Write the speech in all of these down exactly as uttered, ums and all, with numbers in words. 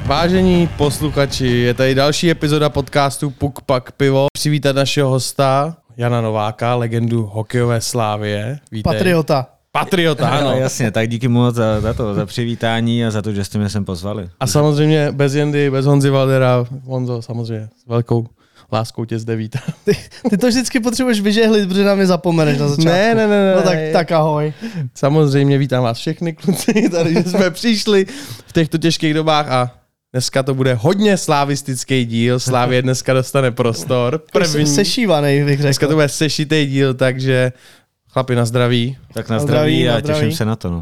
Vážení posluchači, je tady další epizoda podcastu Puk Pak Pivo. Přivítat našeho hosta Jana Nováka, legendu hokejové Slávie. Vítej. Patriota. Patriota, ano. No, jasně, tak díky moc za, za to, za přivítání a za to, že jste mě sem pozvali. A samozřejmě bez Jendy, bez Honzy Valdera, Honzo samozřejmě s velkou láskou tě zde vítám. Ty, ty to vždycky potřebuješ vyžehlit, protože nám je zapomeneš na začátku. Ne, ne, ne, ne. No tak, tak ahoj. Samozřejmě vítám vás všechny kluci, tady že jsme přišli v těchto těžkých dobách a dneska to bude hodně slavistický díl. Slávě dneska dostane prostor. První. Sešívanej, bych řekl. Dneska to bude sešitý díl, takže chlapi na zdraví. Tak na zdraví, na zdraví a zdraví. Těším se na to. No.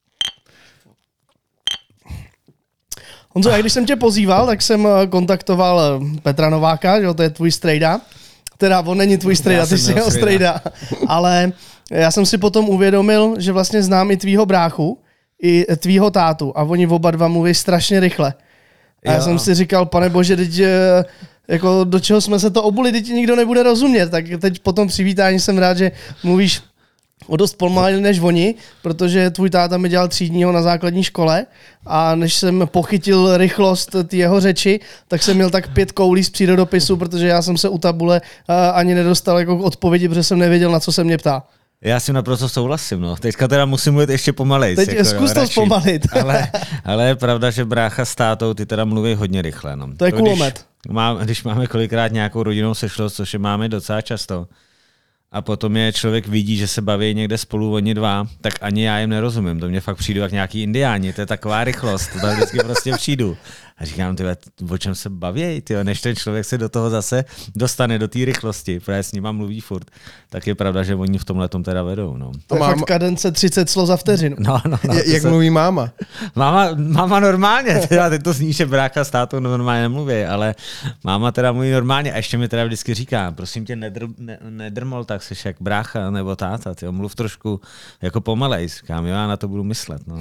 Honzo, já když jsem tě pozýval, tak jsem kontaktoval Petra Nováka, že to je tvůj strejda. Teda on není tvůj strejda, ty jsi jeho strejda. Ale já jsem si potom uvědomil, že vlastně znám i tvýho bráchu, i tvýho tátu a oni oba dva mluví strašně rychle. A já jo. jsem si říkal, pane bože, teď, jako do čeho jsme se to obuli, teď nikdo nebude rozumět. Tak teď po tom přivítání jsem rád, že mluvíš o dost pomalej než oni, protože tvůj táta mi dělal třídního na základní škole a než jsem pochytil rychlost té jeho řeči, tak jsem měl tak pět koulí z přírodopisu, protože já jsem se u tabule ani nedostal jako k odpovědi, protože jsem nevěděl, na co se mě ptá. Já si naprosto souhlasím, no. Teďka teda musím mluvit ještě pomalejc. Teď jako, zkus to zpomalit. ale, ale je pravda, že brácha s tátou, ty teda mluví hodně rychle. No. To je kulomet. Když, má, když máme kolikrát nějakou rodinnou sešlost, což je máme docela často, a potom je člověk vidí, že se baví někde spolu oni dva, tak ani já jim nerozumím. To mě fakt přijdu jak nějaký indiáni, to je taková rychlost, to tam vždycky prostě přijdu. A říkám, tyhle, o čem se baví, tyhle, než ten člověk se do toho zase dostane, do té rychlosti, protože s nima mluví furt, tak je pravda, že oni v tomhletom teda vedou. No. To je máma... fakt kadence třicet slov za vteřinu. No, no, no, je, jak se... mluví máma? Máma, máma normálně, teda teď to zní, že brácha s tátou normálně nemluví, ale máma teda mluví normálně a ještě mi teda vždycky říká, prosím tě, nedr, ne, nedrmol tak, jsi jak brácha nebo táta, tyjo, mluv trošku jako pomalej, říkám, jo, já na to budu myslet. No.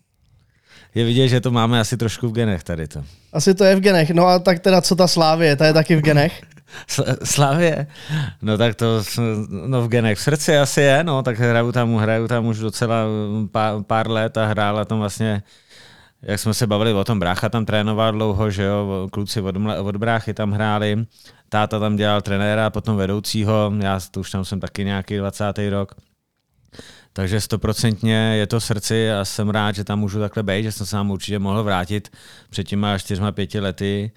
Je vidět, že to máme asi trošku v genech tady to. Asi to je v genech, no a tak teda co ta Slávie, ta je taky v genech? Slávie? No tak to no v genech, v srdci asi je, no tak hraju tam, hraju tam už docela pár, pár let a hrála tam vlastně, jak jsme se bavili o tom, brácha tam trénoval dlouho, že jo, kluci od, od bráchy tam hráli, táta tam dělal trenéra, potom vedoucího, já to už tam jsem taky nějaký dvacátý rok. Takže stoprocentně je to v srdci a jsem rád, že tam můžu takhle být, že jsem se tam určitě mohl vrátit před těma čtyřma, pěti lety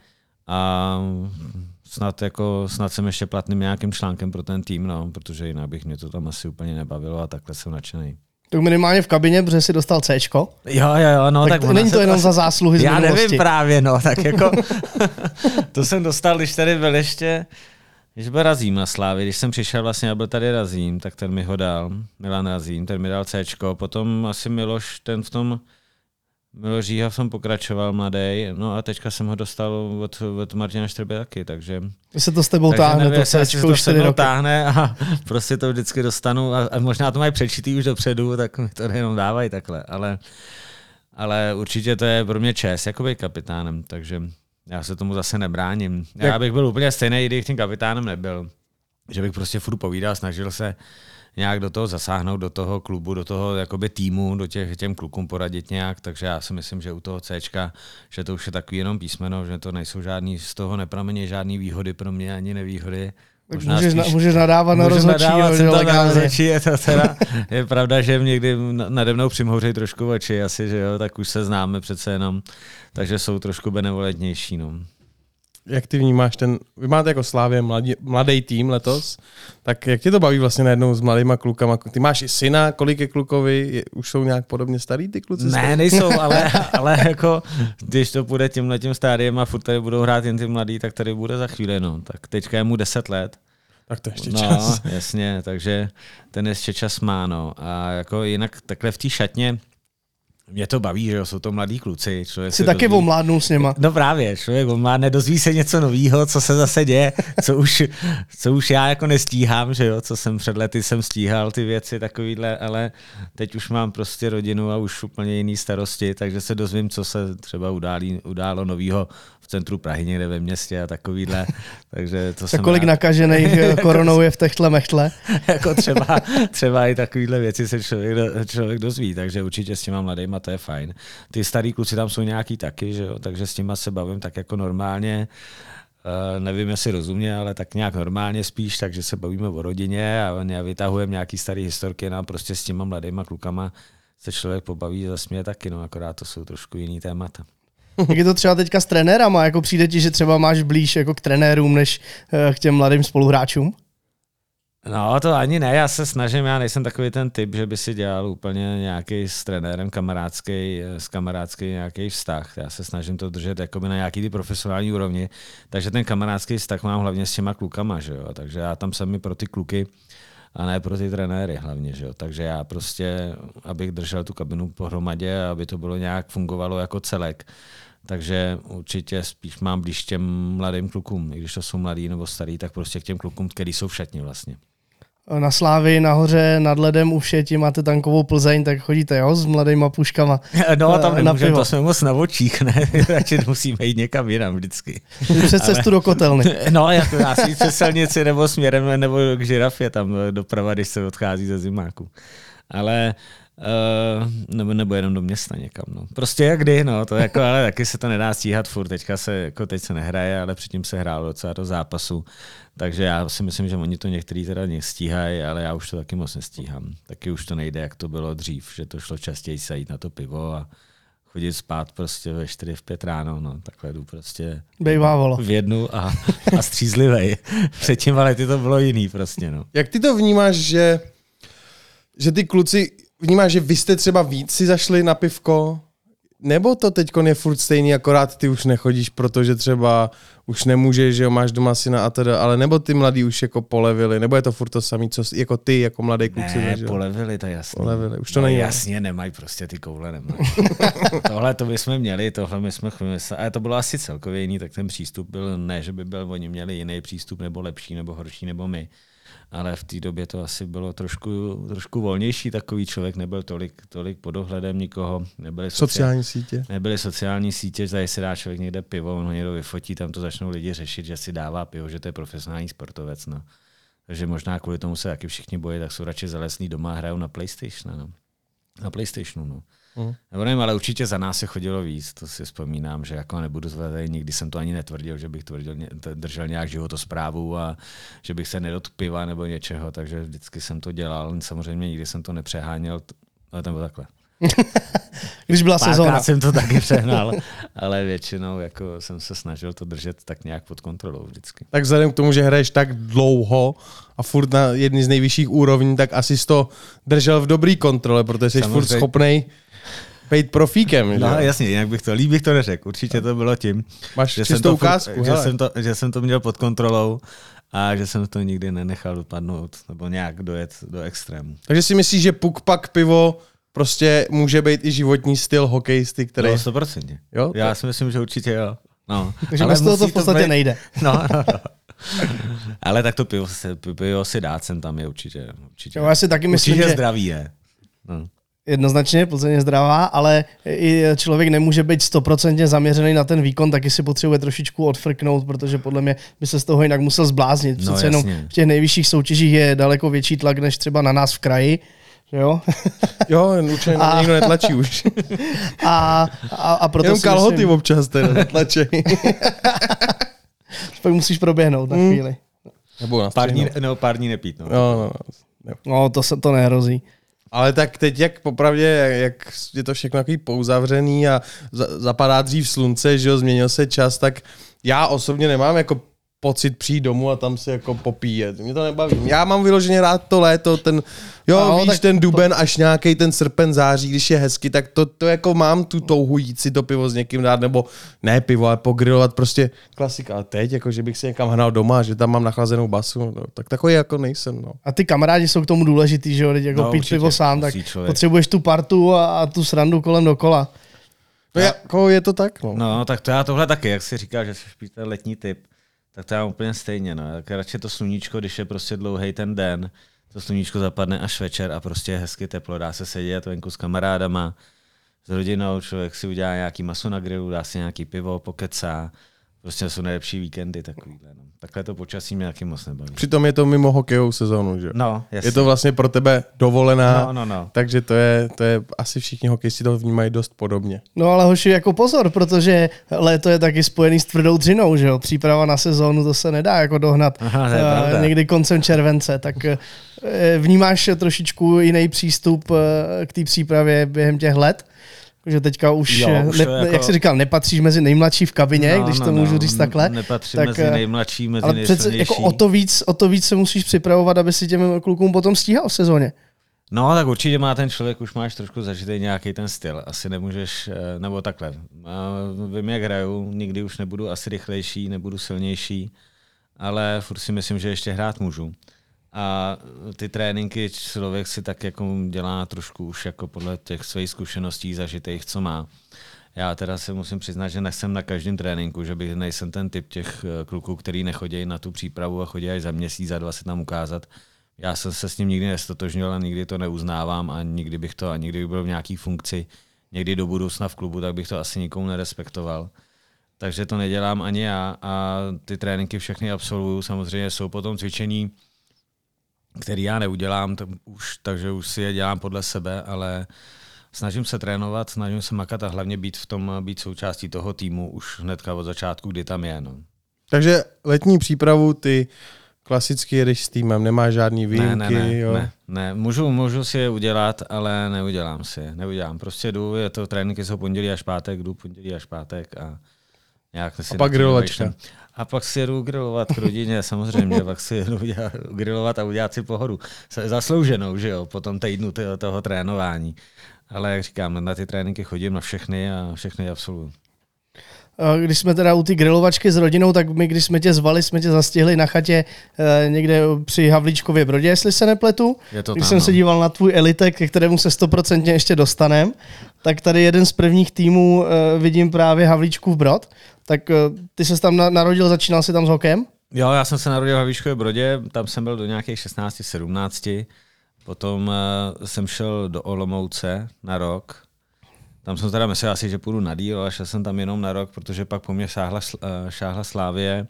a snad, jako, snad jsem ještě platným nějakým článkem pro ten tým, no, protože jinak bych mě to tam asi úplně nebavilo a takhle jsem nadšený. Tak minimálně v kabině, protože si dostal Cčko. Jo, jo, jo, no tak, tak není to jenom to, za zásluhy z já minulosti. Nevím právě, no, tak jako to jsem dostal, když tady byl ještě Když byl Razím na Slávě, když jsem přišel vlastně a byl tady Razím, tak ten mi ho dal, Milan Razím, ten mi dal Cčko, potom asi Miloš, ten v tom, Miloš Říha v tom pokračoval mladý, no a teďka jsem ho dostal od, od Martina Štrby taky, takže... Když se to s tebou táhne, nevím, to Cčko už čtyři roky. táhne a prostě to vždycky dostanu a, a možná to mají přečítý už dopředu, tak mi to jenom dávají takhle, ale, ale určitě to je pro mě čest, jako být kapitánem, takže... Já se tomu zase nebráním. Já bych byl úplně stejný, kdybych tím kapitánem nebyl. Že bych prostě furt povídal, snažil se nějak do toho zasáhnout, do toho klubu, do toho jakoby týmu, do těch těm klukům poradit nějak, takže já si myslím, že u toho Cčka, že to už je takový jenom písmeno, že to nejsou žádný, z toho nepramení žádný výhody pro mě, ani nevýhody. Můžeš, spíš, můžeš nadávat na rozhodčího, že legálně. Je to teda, je pravda, že někdy nade mnou přimhouřejí trošku oči, asi, že jo, tak už se známe přece jenom, takže jsou trošku benevolentnější, no. Jak ty vnímáš ten, vy máte jako Slávě mladý, mladý tým letos, tak jak tě to baví vlastně najednou s mladýma klukama? Ty máš i syna, kolik je klukovi, je, už jsou nějak podobně starý ty kluci? Ne, nejsou, ale, ale jako, když to půjde tímhletím stádiem a furt tady budou hrát jen ty mladý, tak tady bude za chvíli, no. Tak teďka je mu deset let. Tak to ještě no, čas. Jasně, takže ten ještě čas má, no. A jako jinak takhle v té šatně, mě to baví, že jo, jsou to mladí kluci. Člověk Jsi taky dozví... omládnul s něma. No právě, člověk omládne, dozví se něco novýho, co se zase děje, co už, co už já jako nestíhám, že jo, co jsem před lety jsem stíhal ty věci takovýhle, ale teď už mám prostě rodinu a už úplně jiný starosti, takže se dozvím, co se třeba událí, událo novýho v centru Prahy, někde ve městě a takovýhle. Takže to tak kolik rád... nakažených koronou je v techtle mechtle? Jako třeba, třeba i takovýhle věci se člověk, člověk dozví, takže určitě s těma mladýma klukama, to je fajn. Ty starý kluci tam jsou nějaký taky, že jo, takže s těma se bavím tak jako normálně. Uh, nevím, jestli rozumě, ale tak nějak normálně spíš, takže se bavíme o rodině a vytahujeme nějaký starý historky, no prostě s těma mladýma klukama se člověk pobaví, zasměje taky, no akorát to jsou trošku jiný témata. Jak je to třeba teďka s trenérama? Jako přijde ti, že třeba máš blíž jako k trenérům, než k těm mladým spoluhráčům? No to ani ne, já se snažím, já nejsem takový ten typ, že by si dělal úplně nějaký s trenérem kamarádský, s kamarádský nějaký vztah. Já se snažím to držet jakoby na nějaký ty profesionální úrovni, takže ten kamarádský vztah mám hlavně s těma klukama, že jo? Takže já tam jsem i pro ty kluky a ne pro ty trenéry hlavně, že jo? Takže já prostě, abych držel tu kabinu pohromadě a aby to bylo nějak fungovalo jako celek. Takže určitě spíš mám blíž těm mladým klukům, i když to jsou mladí nebo starý, tak prostě k těm klukům, který jsou v šatni vlastně. Na Slávii nahoře nad ledem u Všetí máte tankovou Plzeň, tak chodíte, jo, s mladýma puškama. No tam nemůžeme, to jsme moc na očích, ne? Radši musíme jít někam jinam vždycky. Přes cestu do kotelny. No, jako já si přes silnici nebo směrem, nebo k žirafě tam doprava, když se odchází ze zimáku. Ale Uh, nebo, nebo jenom do města někam. No. Prostě jak kdy, no, to jako, ale taky se to nedá stíhat furt. Teďka se, jako teď se nehraje, ale předtím se hrálo docela do zápasu. Takže já si myslím, že oni to některý teda stíhají, ale já už to taky moc nestíhám. Taky už to nejde, jak to bylo dřív, že to šlo častěji se jít na to pivo a chodit spát prostě ve čtyři, v pět ráno, no, takhle jdu prostě Bejvávalo. v jednu a, a střízlivej. Předtím ale ty to bylo jiný prostě, no. Jak ty to vnímáš, že, že ty kluci vnímáš, že vy jste třeba víc si zašli na pivko, nebo to teďkon je furt stejný, akorát ty už nechodíš, protože třeba už nemůžeš, že jo, máš doma syna a teda, ale nebo ty mladí už jako polevili, nebo je to furt to samý, co jako ty, jako mladý kluk si zažil? zažil? Ne, polevili, to je jasný. Polevili, už to no, není. Jasně, nemají prostě ty koule, nemají. Tohle to bychom měli, tohle my jsme chvěli, a to bylo asi celkově jiný, tak ten přístup byl, ne, že by byl, oni měli jiný přístup, nebo lepší, nebo horší, nebo my. Ale v té době to asi bylo trošku, trošku volnější, takový člověk nebyl tolik, tolik pod dohledem nikoho. Nebyly sociální sítě. Nebyly sociální sítě, že tady si dá člověk někde pivo, on ho někdo vyfotí, tam to začnou lidi řešit, že si dává pivo, že to je profesionální sportovec. No. Takže možná kvůli tomu se taky všichni bojí, tak jsou radši zalesní doma a hrajou na PlayStation. No. Na PlayStationu, no. Mm. Nebo nevím, ale určitě za nás se chodilo víc, to si vzpomínám, že jako nebudu tady, nikdy jsem to ani netvrdil, že bych tvrdil, držel nějak životosprávu a že bych se nedotkl piva nebo něčeho, takže vždycky jsem to dělal, samozřejmě nikdy jsem to nepřeháněl, ale to bylo takhle. Když byla Párkrát sezóna. jsem to taky přehnal, ale většinou jako jsem se snažil to držet tak nějak pod kontrolou vždycky. Tak vzhledem k tomu, že hraješ tak dlouho a furt na jedný z nejvyšších úrovní, tak asi jsi to držel v dobrý kontrole, protože jsi Samozřejmě. furt schopnej být profíkem. No že? jasně, jinak bych to líp bych to neřekl. Určitě to bylo tím, Máš že, jsem čistou to, ukázku, že, hele. jsem to, že jsem to měl pod kontrolou a že jsem to nikdy nenechal dopadnout nebo nějak dojet do extrému. Takže si myslíš, že puk-pak pivo prostě může být i životní styl hokejisty, který... No, sto procent. Jo? Já si myslím, že určitě jo. No. Takže bez toho to v podstatě být... nejde. No, no, no. Ale tak to pivo, se, pivo si dát sem tam je určitě. určitě. Jo, já si taky myslím, určitě že zdraví je. No. Jednoznačně, Plzeň je zdravá, ale i člověk nemůže být stoprocentně zaměřený na ten výkon, taky si potřebuje trošičku odfrknout, protože podle mě by se z toho jinak musel zbláznit. No, Přece jenom v těch nejvyšších soutěžích je daleko větší tlak, než třeba na nás v kraji. Jo, jo určitě a... někdo netlačí už. A, a, a proto jenom kalhoty myslím... občas teda netlačí. Pak musíš proběhnout na mm. chvíli. Nebo na pár dní, no, pár dní nepít. No, no, no, no. no to se to nehrozí. Ale tak teď, jak popravdě, jak je to všechno takový pouzavřený a zapadá dřív slunce, že jo, změnil se čas, tak já osobně nemám jako pocit přijít domů a tam si jako popíjet. Mě to nebaví. Já mám vyloženě rád to léto, ten, jo, no, víš, ten duben až nějaký ten srpen, září, když je hezky, tak to, to jako mám tu touhu jít si to pivo s někým dát, nebo ne pivo, ale pogrilovat, prostě klasika. A teď, jako, že bych si někam hnal doma, že tam mám nachlazenou basu, no, tak takový jako nejsem. No. A ty kamarádi jsou k tomu důležitý, že jo, teď jako no, pít určitě, pivo sám, tak člověk. potřebuješ tu partu a, a tu srandu kolem dokola. No, jako je to tak, no. No, tak to já tohle taky, jak jsi říkal, že jsi spíš ten letní typ. Tak to já úplně stejně, no. Tak radši to sluníčko, když je prostě dlouhý ten den, to sluníčko zapadne až večer a prostě je hezky teplo, dá se sedět venku s kamarádama, s rodinou, člověk si udělá nějaký maso na grilu, dá si nějaký pivo, pokecá prostě jsou nejlepší víkendy takovýhle. No. Takhle to počasí mě taky moc nebaví. Přitom je to mimo hokejovou sezónu, že? No, jasně. Je to vlastně pro tebe dovolená, no, no, no. takže to je, to je, asi všichni hokejisti to vnímají dost podobně. No ale hoši, jako pozor, protože léto je taky spojený s tvrdou dřinou, že jo? Příprava na sezónu, to se nedá jako dohnat. Aha, to je pravda. Někdy koncem července, tak vnímáš trošičku jiný přístup k té přípravě během těch let? Že teďka už, jo, už ne, jako... jak jsi říkal, nepatříš mezi nejmladší v kabině, no, když no, to můžu no, říct takhle. Nepatří tak, mezi nejmladší, mezi ale nejsilnější. Přece, jako o, to víc, o to víc se musíš připravovat, aby si těm klukům potom stíhal v sezóně. No, tak určitě má ten člověk, už máš trošku zažitý nějaký ten styl. Asi nemůžeš, nebo takhle. Vím, jak hraju, nikdy už nebudu asi rychlejší, nebudu silnější, ale furt si myslím, že ještě hrát můžu. A ty tréninky člověk si tak jako dělá trošku už jako podle těch svých zkušeností zažitých, co má. Já teda se musím přiznat, že nejsem na každém tréninku, že bych nejsem ten typ těch kluků, který nechodí na tu přípravu a chodí až za měsíc, za dva se tam ukázat. Já jsem se s ním nikdy nestotožnil a nikdy to neuznávám a nikdy bych to, a nikdy bych byl v nějaký funkci, někdy do budoucna v klubu, tak bych to asi nikomu nerespektoval. Takže to nedělám ani já a ty tréninky všechny absolvuju. Samozřejmě jsou potom cvičení, který já neudělám to už, takže už si je dělám podle sebe, ale snažím se trénovat, snažím se makat a hlavně být v tom, být součástí toho týmu už hnedka od začátku, kdy tam je. No. Takže letní přípravu ty klasicky jedeš s týmem, nemáš žádný výjimky? Ne, ne, ne, jo? ne, ne. Můžu, můžu si je udělat, ale neudělám si je. Neudělám. Prostě jdu, je to tréninky jsou pondělí až pátek, jdu pondělí až pátek a nějak si a pak grilovačka. A pak si jedu grilovat k rodině, samozřejmě, pak si jedu grilovat a udělat si pohodu. Zaslouženou, že jo, po tom týdnu toho, toho trénování. Ale jak říkám, na ty tréninky chodím na všechny a všechny absolvuju. Když jsme teda u ty grilovačky s rodinou, tak my, když jsme tě zvali, jsme tě zastihli na chatě eh, někde při Havlíčkově Brodě, jestli se nepletu. Je to když tam, jsem no. se díval na tvůj elitek, ke kterému se stoprocentně ještě dostanem, tak tady jeden z prvních týmů eh, vidím právě Havlíčkův Brod. Tak eh, ty ses tam na, narodil, začínal jsi tam s hokejem? Jo, já jsem se narodil v Havlíčkově Brodě, tam jsem byl do nějakých šestnáct sedmnáct. Potom uh, jsem šel do Olomouce na rok. Tam jsem teda myslel asi, že půjdu na díl, ale šel jsem tam jenom na rok, protože pak po mně šáhla, šáhla Slávie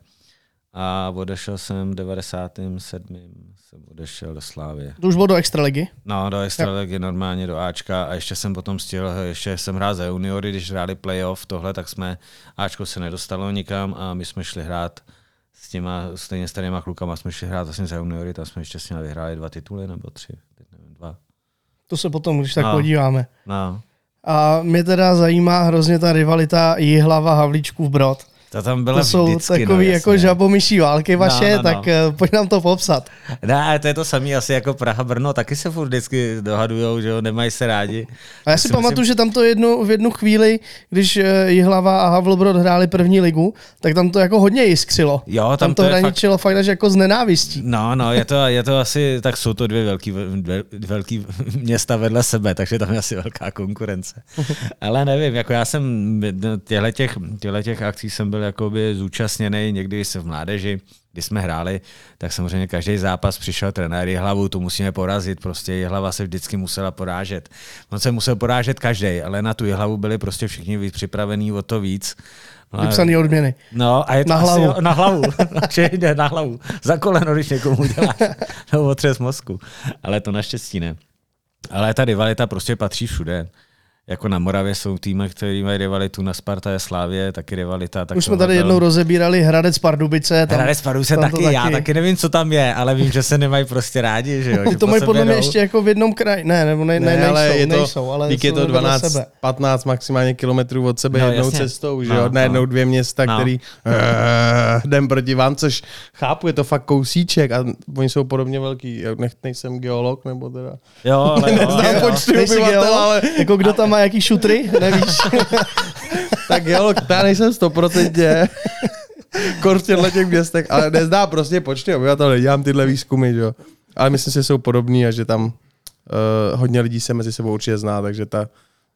a odešel jsem v devadesátém sedmém jsem odešel do Slávie. To už bylo do extraligy? No, do extraligy, normálně do Ačka a ještě jsem potom stihl, ještě jsem hrál za juniory, když hráli playoff tohle, tak jsme, Ačko se nedostalo nikam a my jsme šli hrát s těma stejně starýma klukama, jsme šli hrát vlastně za juniory, tam jsme ještě s nimi vyhráli dva tituly nebo tři, teď nevím, dva. To se potom, když tak no. podíváme. No. A mě teda zajímá hrozně ta rivalita Jihlava Havlíčkův Brod. To tam byla to jsou vždycky, takový no, jako žabomyší války vaše, no, no, no. tak uh, pojď nám to popsat. Ne, to je to samé asi jako Praha, Brno, taky se furt vždycky dohadujou, že jo, nemají se rádi. A já si, si pamatuju, myslím... že tam to jednu, v jednu chvíli, když uh, Jihlava a Havlbrod hráli první ligu, tak tam to jako hodně jiskřilo. Jo, tam, tam to, to hraničilo fakt... fakt až jako z nenávistí. No, no, je to, je to asi, tak jsou to dvě velký, dvě, velký města vedle sebe, takže tam je asi velká konkurence. Ale nevím, jako já jsem těchto těch, těch akcí jsem byl jakoby zúčastněný, někdy se v mládeži, když jsme hráli, tak samozřejmě každý zápas přišel trenér Jihlavu, tu musíme porazit, prostě Jihlava se vždycky musela porážet. On se musel porážet každý, ale na tu Jihlavu byli prostě všichni připravení o to víc. No, vypsaný odměny. No a je to na asi hlavu. Na hlavu. Jde na hlavu. Za koleno, když někomu děláš. Nebo otřes mozku. Ale to naštěstí ne. Ale ta rivalita prostě patří všude. Jako na Moravě jsou týmy, který mají rivalitu, na Sparta je Slávě, taky rivalita. Tak už jsme tady jednou rozebírali Hradec Pardubice. Tam, Hradec Pardubice taky, taky, já taky nevím, co tam je, ale vím, že se nemají prostě rádi. Že jo, to že mají podle mě jdou. ještě jako v jednom kraji. Ne, nebo ne, ne, ne, nejsou, ale je to, nejsou, ale je to dvanáct patnáct maximálně kilometrů od sebe no, jednou jasně. cestou, že no, jo, najednou no. dvě města, no. který uh, jdem proti vám, což chápu, je to fakt kousíček a oni jsou podobně velký. Nech, nejsem geolog, nebo teda... Jo, ale neznám jo, počty jo. obyvatel, ale... Jako kdo tam má jaký šutry, nevíš? Tak geolog, já nejsem stoprocentně kor v těchto těch městech, ale nezdá prostě počty obyvatel, nedělám tyhle výzkumy, že jo. Ale myslím si, že jsou podobný a že tam uh, hodně lidí se mezi sebou určitě zná, takže ta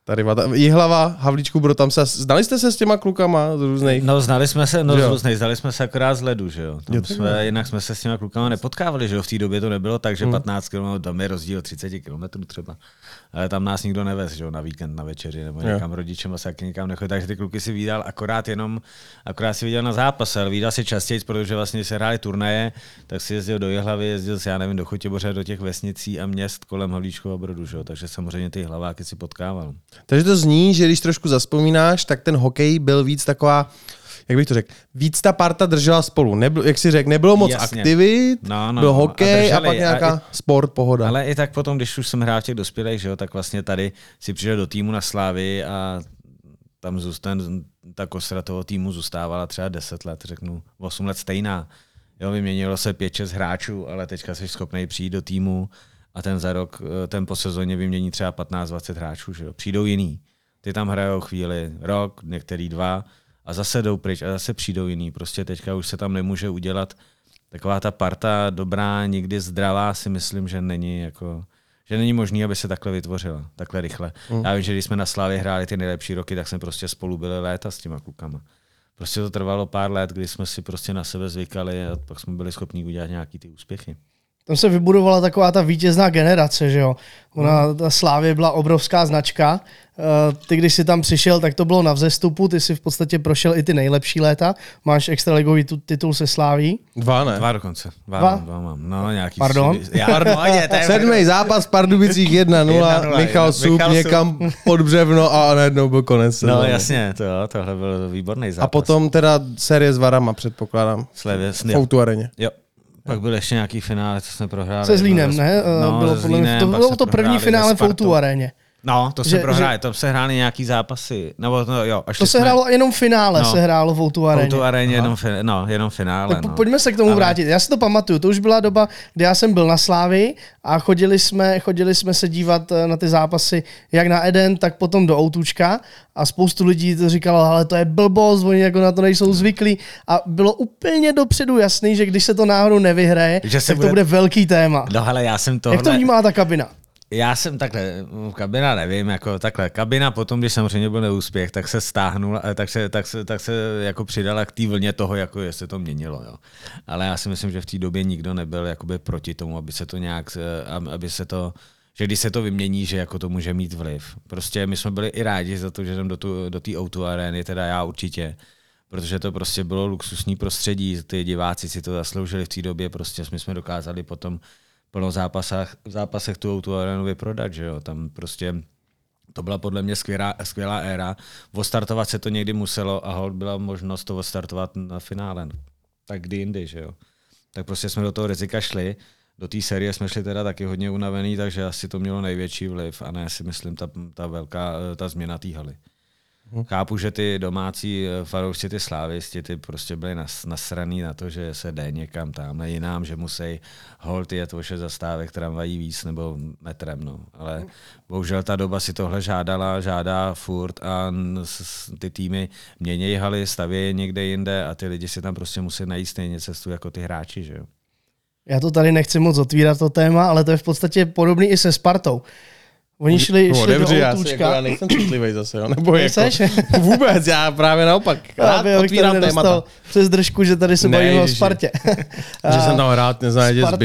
Tady Jihlava, Havlíčku, bro, tam se, znali jste se s těma klukama z různých? No znali jsme se, no z různých, znali jsme se akorát z ledu, že jo. Tam jo jsme, jinak jsme se s těma klukama nepotkávali, že jo, v té době to nebylo tak, že hmm. patnáct kilometrů, tam je rozdíl třicet kilometrů třeba. Ale tam nás nikdo nevez, že jo, na víkend, na večeři, nebo někam jo. Rodičem se taky nikam nechodí, takže ty kluky si vídal akorát jenom, akorát si viděl na zápase, ale vídal si častěji, protože vlastně se hráli turnaje, tak si jezdil do Jihlavy, jezdil si, já nevím, do Chotěboře, do těch vesnicí a měst kolem Havlíčkova Brodu, že jo, takže samozřejmě ty hlaváky si potkával. Takže to zní, že když trošku zaspomínáš, tak ten hokej byl víc taková, jak bych to řekl, víc ta parta držela spolu. Nebyl, jak si řekl, nebylo moc Jasně. aktivit, no, no, byl hokej a, drželi, a pak nějaká a i, sport, pohoda. Ale i tak potom, když už jsem hrál v těch dospělých, že jo, tak vlastně tady si přišel do týmu na Slávy a tam zůstan, ta kostra toho týmu zůstávala třeba deset let, řeknu, osm let stejná. Jo, vyměnilo se pět šest hráčů, ale teďka jsi schopný přijít do týmu a ten za rok, ten po sezóně vymění třeba patnáct dvacet hráčů, že jo. Přijdou jiný. Ty tam hrajou chvíli, rok, některý dva a zase jdou pryč a zase přijdou jiný. Prostě teďka už se tam nemůže udělat taková ta parta dobrá, nikdy zdravá, si myslím, že není jako, že není možný, aby se takhle vytvořila, takhle rychle. Mm. Já vím, že když jsme na Slávě hráli ty nejlepší roky, tak jsme prostě spolu byli léta s těma klukama. Prostě to trvalo pár let, kdy jsme si prostě na sebe zvykali a pak jsme byli schopni udělat nějaký ty úspěchy. Tam se vybudovala taková ta vítězná generace, že jo. Ona, ta Slávě byla obrovská značka. Ty, když jsi tam přišel, tak to bylo na vzestupu, ty jsi v podstatě prošel i ty nejlepší léta. Máš extraligový titul se Sláví. Dva, ne? Dva dokonce. Dva, dva? Dva mám. No, nějaký Pardon? Stři... Já, pardon. Sedmý zápas v Pardubicích jedna nula, Michal Sup někam pod břevno a najednou byl konec. No jasně, to, tohle byl výborný zápas. A potom teda série s varama, předpokládám. Slevě, v Outu areně. Jo. Pak byl ještě nějaký finále, co jsme prohráli. Se Zlínem, ne? No, bylo se Zlínem, to bylo to první finále v Outu aréně. No, to se prohráli, to se hráli nějaký zápasy. Nebo no, jo, to se jsme... hrálo jenom finále, no, se hrálo v Outu aréně. V Outu aréně jenom, fi... no, jenom finále. Tak no. Pojďme se k tomu Ale... vrátit. Já si to pamatuju, to už byla doba, kdy já jsem byl na Slávii a chodili jsme, chodili jsme se dívat na ty zápasy jak na Eden, tak potom do Outučka a spoustu lidí to říkalo, ale to je blbost, oni jako na to nejsou zvyklí a bylo úplně dopředu jasný, že když se to náhodou nevyhraje, že tak bude... to bude velký téma. No hele, já jsem tohle... Jak to vnímá ta kabina? Já jsem takhle, kabina nevím, jako takhle, kabina potom, když samozřejmě byl neúspěch, tak se stáhnul, tak se, tak se, tak se jako přidala k té vlně toho, jako jestli se to měnilo, jo. Ale já si myslím, že v té době nikdo nebyl jakoby proti tomu, aby se to nějak, aby se to, že když se to vymění, že jako to může mít vliv. Prostě my jsme byli i rádi za to, že jdem do té do té Outu arény, teda já určitě, protože to prostě bylo luxusní prostředí, ty diváci si to zasloužili v té době, prostě my jsme dokázali potom plno zápasech, v zápasech tu Outu arénu vyprodat, že jo, tam prostě to byla podle mě skvělá, skvělá éra. Ostartovat se to někdy muselo a hold byla možnost to ostartovat na finále. Tak kdy jindy, že jo. Tak prostě jsme do toho rizika šli, do té série jsme šli teda taky hodně unavený, takže asi to mělo největší vliv a ne si myslím ta, ta velká, ta změna té haly. Hmm. Chápu, že ty domácí fanoušci, ty slávisti, ty prostě byli nas, nasraný na to, že se jde někam tamhle jinam, že musí holt jet o šest zastávek tramvají víc nebo metrem. No. Ale hmm. bohužel ta doba si tohle žádala, žádá furt a ty týmy měnějí haly, stavějí někde jinde a ty lidi si tam prostě musí najít stejně cestu jako ty hráči. Že jo? Já to tady nechci moc otvírat to téma, ale to je v podstatě podobný i se Spartou. Oni šli, no, šli do já, jako já nejsem citlivý zase, jo? Nebo jako, vůbec, já právě naopak. Rád já otvírám témata. Přes držku, že tady se ne, bavíme o Spartě. Že jsem tam rád neznajde zbyl.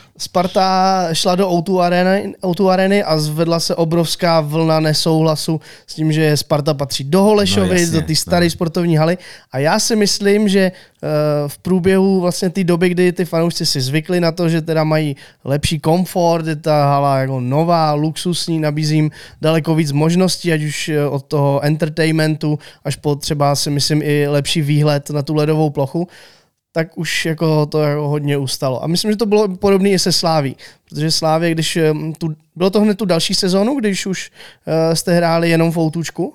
Sparta šla do Outu arény, Outu arény a zvedla se obrovská vlna nesouhlasu s tím, že Sparta patří do Holešovic, no, do té staré no. sportovní haly. A já si myslím, že uh, v průběhu vlastně té doby, kdy ty fanoušci si zvykli na to, že teda mají lepší komfort, je ta hala jako nová, luxusní, nabízím daleko víc možností, ať už od toho entertainmentu, až po třeba si myslím i lepší výhled na tu ledovou plochu, tak už jako to jako hodně ustalo. A myslím, že to bylo podobné i se Sláví, protože Slávě, když tu, bylo to hned tu další sezónu, když už uh, jste hráli jenom v Outučku?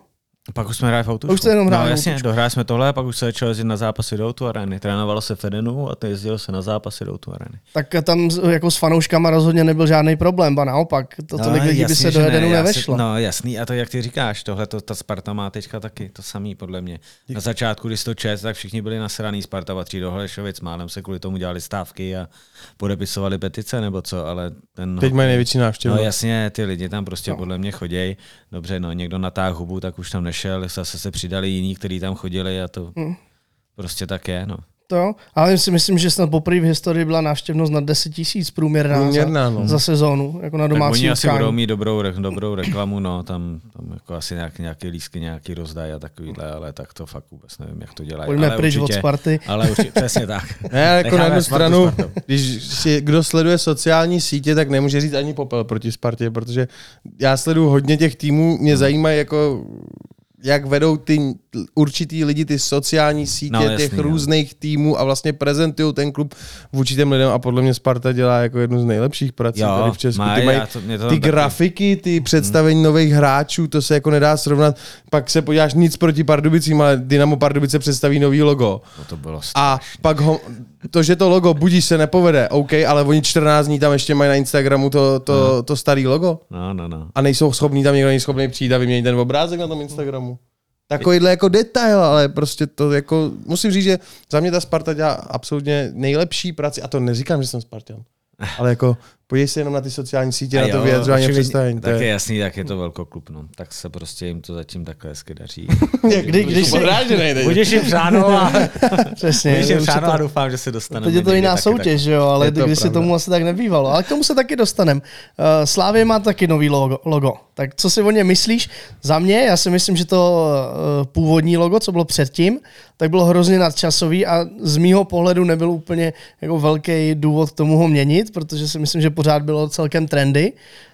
Pak už jsme hráli v Outušku. Už to jenom hráli no v jasně, Outušku. dohráli jsme tohle a pak už se začalo jezdit na zápasy do Outu Areny. Trénovalo se v Edenu a to jezdilo se na zápasy do Outu Areny. Tak tam jako s fanouškama rozhodně nebyl žádný problém, ba naopak, to No, tolik lidí by se do Edenu ne, nevešlo. Si, no jasný, a to jak ty říkáš, tohle to, ta Sparta má teďka taky, to samý podle mě. Na začátku, když to čet, tak všichni byli nasraný, Sparta patří do Holešovic, málem se kvůli tomu dělali stávky a podepisovali petice nebo co, ale ten... Teď mají největší návštěvu. No jasně, ty lidi tam prostě no. podle mě chodějí. Dobře, no někdo natáhl hubu, tak už tam nešel, zase se přidali jiní, kteří tam chodili a to hmm. prostě tak je, no. To, ale si myslím, že snad poprvé v historii byla návštěvnost na deset tisíc průměrná, průměrná za, no. za sezónu, jako na domácí tak oni utkání. asi budou mít dobrou, dobrou reklamu, no, tam, tam jako asi nějak, nějaké lístky, nějaký rozdají a takovýhle, ale tak to fakt vůbec nevím, jak to dělají. Pojďme ale pryč určitě, od Sparty. Ale určitě, přesně tak. Ne, jako na jednu stranu, Spartu. když si kdo sleduje sociální sítě, tak nemůže říct ani popel proti Spartě, protože já sleduju hodně těch týmů, mě zajímají jako jak vedou ty určitý lidi ty sociální sítě no, jasný, těch no. různých týmů a vlastně prezentují ten klub vůči těm lidem a podle mě Sparta dělá jako jednu z nejlepších prací jo, tady v Česku. Maj, ty mají to, to ty taky... grafiky, ty představení hmm. nových hráčů, to se jako nedá srovnat. Pak se podíváš nic proti Pardubicím, ale Dynamo Pardubice představí nový logo. No to bylo a pak ho, to, že to logo budíš se nepovede, OK, ale oni čtrnáct dní tam ještě mají na Instagramu to, to, no. to starý logo. No, no, no. A nejsou schopní, tam někdo není schopný přijít a vyměnit ten obrázek na tom Instagramu. Takovýhle jako detail, ale prostě to jako, musím říct, že za mě ta Sparta dělá absolutně nejlepší práci, a to neříkám, že jsem Spartan, ale jako podívej se jenom na ty sociální sítě, a na to vyjadřování a představení. Tak je jasný, tak je to velkoklub, no. Tak se prostě jim to zatím takhle hezky daří. Kdy, když si... Budeš jim přáno a, Přesně, budeš jim už přáno to... a doufám, že se dostaneme. Teď je to jiná soutěž, tak... jo, ale když si tomu asi tak nebývalo. Ale k tomu se taky dostaneme. Uh, Slavie má taky nový logo, logo. Tak co si o něm myslíš? Za mě, já si myslím, že to uh, původní logo, co bylo předtím, tak bylo hrozně nadčasový a z mýho pohledu nebyl úplně jako velký důvod k tomu ho měnit, protože si myslím, že pořád bylo celkem trendy.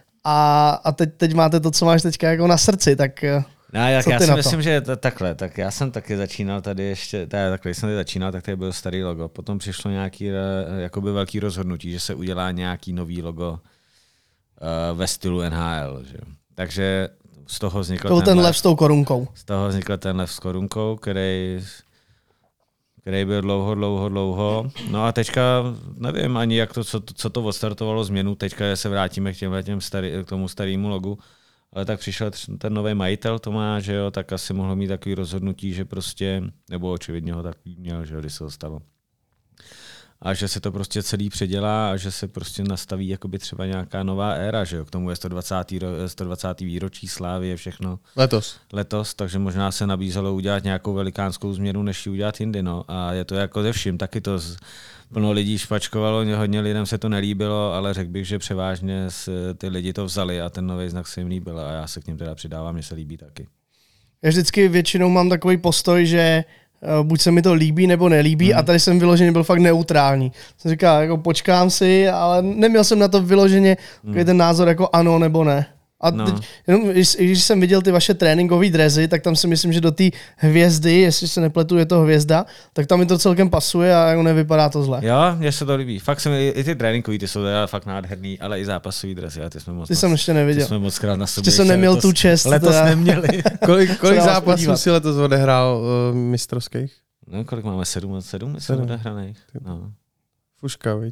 A, a teď, teď máte to, co máš teďka jako na srdci, tak... No, jak co já ty si na myslím, to? že to, takhle, tak já jsem taky začínal tady ještě, tady, takhle, když jsem tady začínal, tak tady byl starý logo. Potom přišlo nějaký jakoby velký rozhodnutí, že se udělá nějaký nový logo uh, ve stylu N H L. Že? Takže z toho vznikl to ten, ten lev, lev s tou korunkou. Z toho vznikl ten lev s korunkou, který, který byl dlouho, dlouho, dlouho. No a teďka nevím ani, jak to, co, co to odstartovalo změnu. Teďka se vrátíme k, těmhle těm starý, k tomu starému logu. Ale tak přišel ten nový majitel Tomáš, že jo, tak asi mohl mít takový rozhodnutí, že prostě, nebo očividně ho takový měl, že jo, když se to stalo. A že se to prostě celý předělá a že se prostě nastaví jakoby třeba nějaká nová éra, že jo, k tomu je sto dvacáté výročí Slávie, všechno. Letos. Letos, takže možná se nabízelo udělat nějakou velikánskou změnu, než ji udělat jindy, no. A je to jako ze vším, taky to z, plno lidí špačkovalo, hodně lidem se to nelíbilo, ale řekl bych, že převážně s, ty lidi to vzali a ten nový znak se jim líbil a já se k ním teda přidávám, mně se líbí taky. Já vždycky většinou mám takový postoj, že uh, buď se mi to líbí, nebo nelíbí hmm. a tady jsem vyloženě byl fakt neutrální. Jsem říkal, jako počkám si, ale neměl jsem na to vyloženě hmm. ten názor jako ano nebo ne. A no. teď, jenom, když, když jsem viděl ty vaše tréninkové drezy, tak tam si myslím, že do té hvězdy, jestli se nepletu, je to hvězda, tak tam mi to celkem pasuje a jako nevypadá to zle. Jo, mně se to líbí. Fakt se mi, i ty tréninkový, ty jsou teda fakt nádherný, ale i zápasový dresy, a ty jsme moc... Ty jsem ještě neviděl. Ty jsme moc krát na sobě. Ještě jsem neměl letos, tu čest. Letos teda. neměli. kolik kolik zápasů si letos odehrál uh, mistrovských? No, kolik máme? Sedm, sedm, myslím, odehraných. No. Fuška, viď?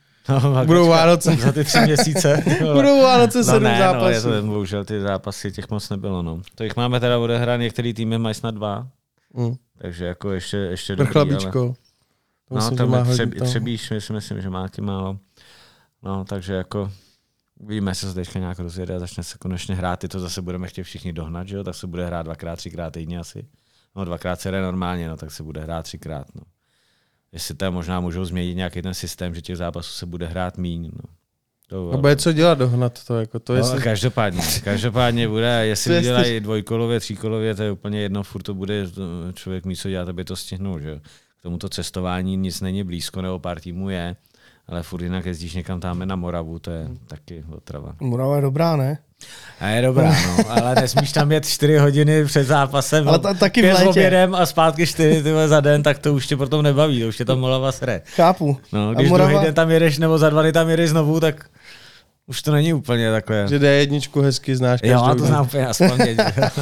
No, Budou Vánoce. Za ty tři měsíce. Budou Vánoce no sedm ne, zápasů. No, je to, bohužel ty zápasy těch moc nebylo. No. To jich máme teda odehrané, některý týmy mají snad dva. Mm. Takže jako ještě, ještě dobrý. Chlabíčko. Ale... To no, myslím, tam že má je hodně, třebí, třebíš, myslím, myslím, že má taky málo. No, takže jako víme, jestli se teďka nějak rozjede a začne se konečně hrát. Ty to zase budeme chtít všichni dohnat, že jo? Tak se bude hrát dvakrát, třikrát týdně asi. No, dvakrát se jde normálně, no, tak se bude hrát třikrát. No. Jestli tam možná můžou změnit nějaký ten systém, že těch zápasů se bude hrát míň. No. To, no bude co dělat dohnat to. Jako to no, jestli... Každopádně, každopádně bude, jestli dělají dvojkolově, tříkolově, to je úplně jedno, furt to bude člověk mít co dělat, aby to stihnul. Že? K tomuto cestování nic není blízko, nebo pár týmů je, ale furt jinak jezdíš někam tam na Moravu, to je taky otrava. Morava je dobrá, ne? A je dobrá, no, ale nesmíš tam jet čtyři hodiny před zápasem, ale ta, taky pět s obědem a zpátky čtyři tyhle za den, tak to už tě potom nebaví, to už tě tam Morava sere. Chápu. No, když Morava... druhý den tam jedeš, nebo za dva dny tam jedeš znovu, tak Už to není úplně takhle. Že D jedna hezky znáš každou. Jo, to znám úplně aspoň.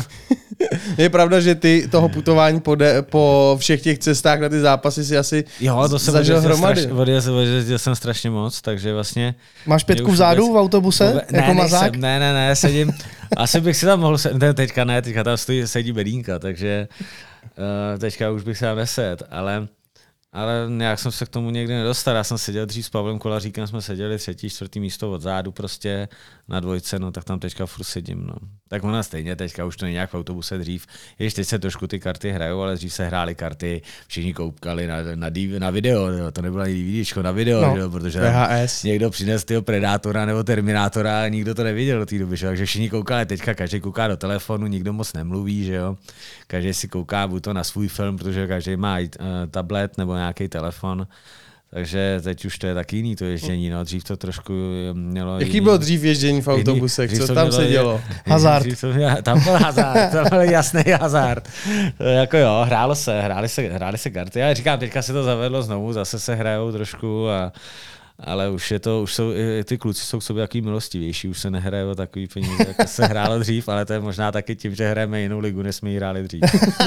Je pravda, že ty toho putování po, de, po všech těch cestách na ty zápasy si asi jo, to jsem zažil hromady. Odjezdil jsem strašně moc, takže vlastně... Máš pětku vzadu vůbec, v autobuse? Vůbec, jako ne, mazák? Nejsem, ne, ne, ne, sedím. Asi bych si tam mohl sedít, teďka ne, teďka tam stojí, sedí bedínka, takže uh, teďka už bych se tam nesedl, ale... Ale nějak jsem se k tomu někdy nedostal. Já jsem seděl dřív s Pavlem Kolaříkem, jsme seděli třetí, čtvrtý místo od zádu prostě na dvojce, no tak tam teďka furt sedím, no. Tak ona stejně teďka už to není nějak v autobuse dřív. Ještě teď se trošku ty karty hrajou, ale dřív se hrály karty, všichni koukali na, na, na video, jo. To nebylo ani DVDčko, na video, no, jo, protože V H S. Někdo přines tyho Predátora nebo Terminátora a nikdo to neviděl do té doby, že? Takže všichni koukali, teďka každý kouká do telefonu, nikdo moc nemluví, že jo. Každý si kouká buď to na svůj film, protože každý má uh, tablet nebo nějaký telefon. Takže teď už to je tak jiný to ježdění, no. Dřív to trošku mělo... Jaký jiný... bylo dřív ježdění v autobusech? Dřív Co tam mělo, se dělo? Hazard. Mělo, tam byl hazard, tam byl jasný hazard. Jako jo, hrálo se, hráli se, hráli se karty. Já říkám, teďka se to zavedlo znovu, zase se hrajou trošku a ale už je to, už jsou, ty kluci jsou k sobě takový milostivější, už se nehraje o takový peníze, jako se hrálo dřív, ale to je možná taky tím, že hrajeme jinou ligu, než jsme ji hráli dřív.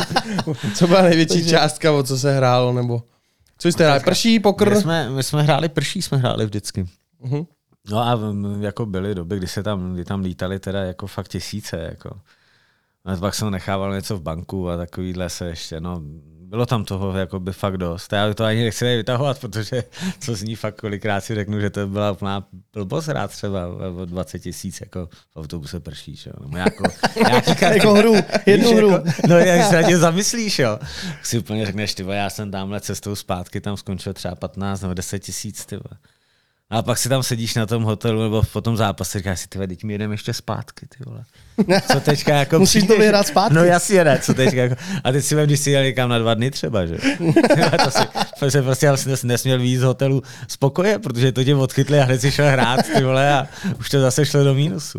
Co byla největší Takže... částka, o co se hrálo, nebo co jste hráli? Prší, pokr? My jsme, my jsme hráli prší, jsme hráli vždycky. Uh-huh. No a jako byly doby, kdy se tam, kdy tam lítali teda jako fakt tisíce, jako. A pak jsem nechával něco v banku a takovýhle se ještě, no, bylo tam toho jakoby fakt dost. Já to ani nechci vytahovat, protože co z ní fakt kolikrát si řeknu, že to byla plná blbost hrát třeba o dvacet tisíc jako v autobuse prší, jo. No, jako, jako hru, jednu víš, hru. Jako, no jak se na tě zamyslíš, jo. Si úplně řekneš, tyba, já jsem tamhle cestou zpátky, tam skončil třeba patnáct nebo deset tisíc, tyba. A pak si tam sedíš na tom hotelu nebo po tom zápase, říkáš si, tyhle, teď mi jedeme ještě zpátky, ty vole. Co teďka jako musíš přijdeš, to vyhrát zpátky. No jasně ne, co teďka jako, a teď si vem, když si jel někam na dva dny třeba, že? To si, to si prostě nesměl víc z hotelu spokoje, protože to tě odchytli a hned si šel hrát, ty vole, a už to zase šlo do mínusu.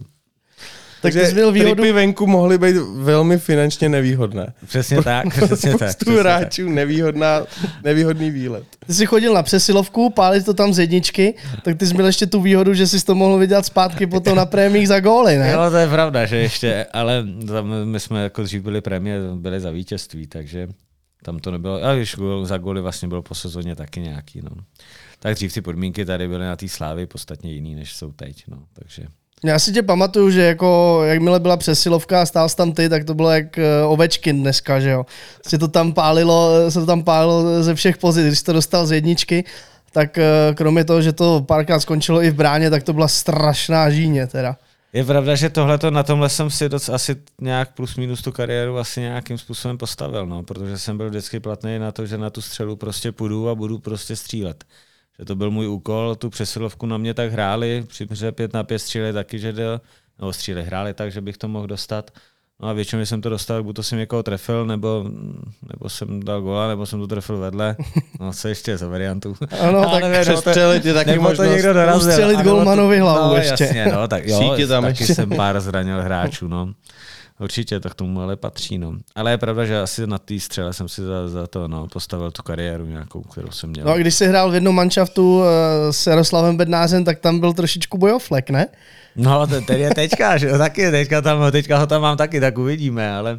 Takže tripy venku mohly být velmi finančně nevýhodné. Přesně tak, přesně tak. Spoustu hráčů nevýhodná, nevýhodný výlet. Ty jsi chodil na přesilovku, pálit to tam z jedničky, tak ty jsi měl ještě tu výhodu, že jsi to mohl vydělat zpátky potom na prémiích za góly, ne? Jo, to je pravda, že ještě, ale tam my jsme jako dřív byli prémie, byli za vítězství, takže tam to nebylo, a když za góly vlastně bylo po sezóně taky nějaký, no. Tak dřív ty podmínky tady byly na té Slávy podstatně jiný, než jsou teď, no, takže... Já si tě pamatuju, že jako, jakmile byla přesilovka a stál jsi tam ty, tak to bylo jak Ovečkin dneska, že jo. Se to tam pálilo, se to tam pálilo ze všech pozic. Když jsi to dostal z jedničky, tak kromě toho, že to párkrát skončilo i v bráně, tak to byla strašná žíně teda. Je pravda, že tohleto, na tomhle jsem si doc, asi nějak plus minus tu kariéru asi nějakým způsobem postavil, no, protože jsem byl vždycky platný na to, že na tu střelu prostě půjdu a budu prostě střílet. Že to byl můj úkol, tu přesilovku na mě tak hráli, při hře pět na pět stříleli taky, že jde, nebo stříleli, hráli tak, že bych to mohl dostat. No a většinou, když jsem to dostal, buď to jsem někoho trefil, nebo, nebo jsem dal góla, nebo jsem to trefil vedle. No co ještě za variantu? Ano, tak přestřelit je taky možnost. Ustřelit golmanovi hlavu no, ještě. Jasně, no, tak jo, tam taky ještě. jsem pár zranil hráčů, no. Určitě, tak tomu ale patří, no. Ale je pravda, že asi na té střele jsem si za, za to no, postavil tu kariéru nějakou, kterou jsem měl. No a když jsi hrál v jednom manšaftu uh, s Jaroslavem Bednářem, tak tam byl trošičku bojoflek, ne? No, ten, ten je teďka, že jo, taky, teďka, tam, teďka ho tam mám taky, tak uvidíme, ale...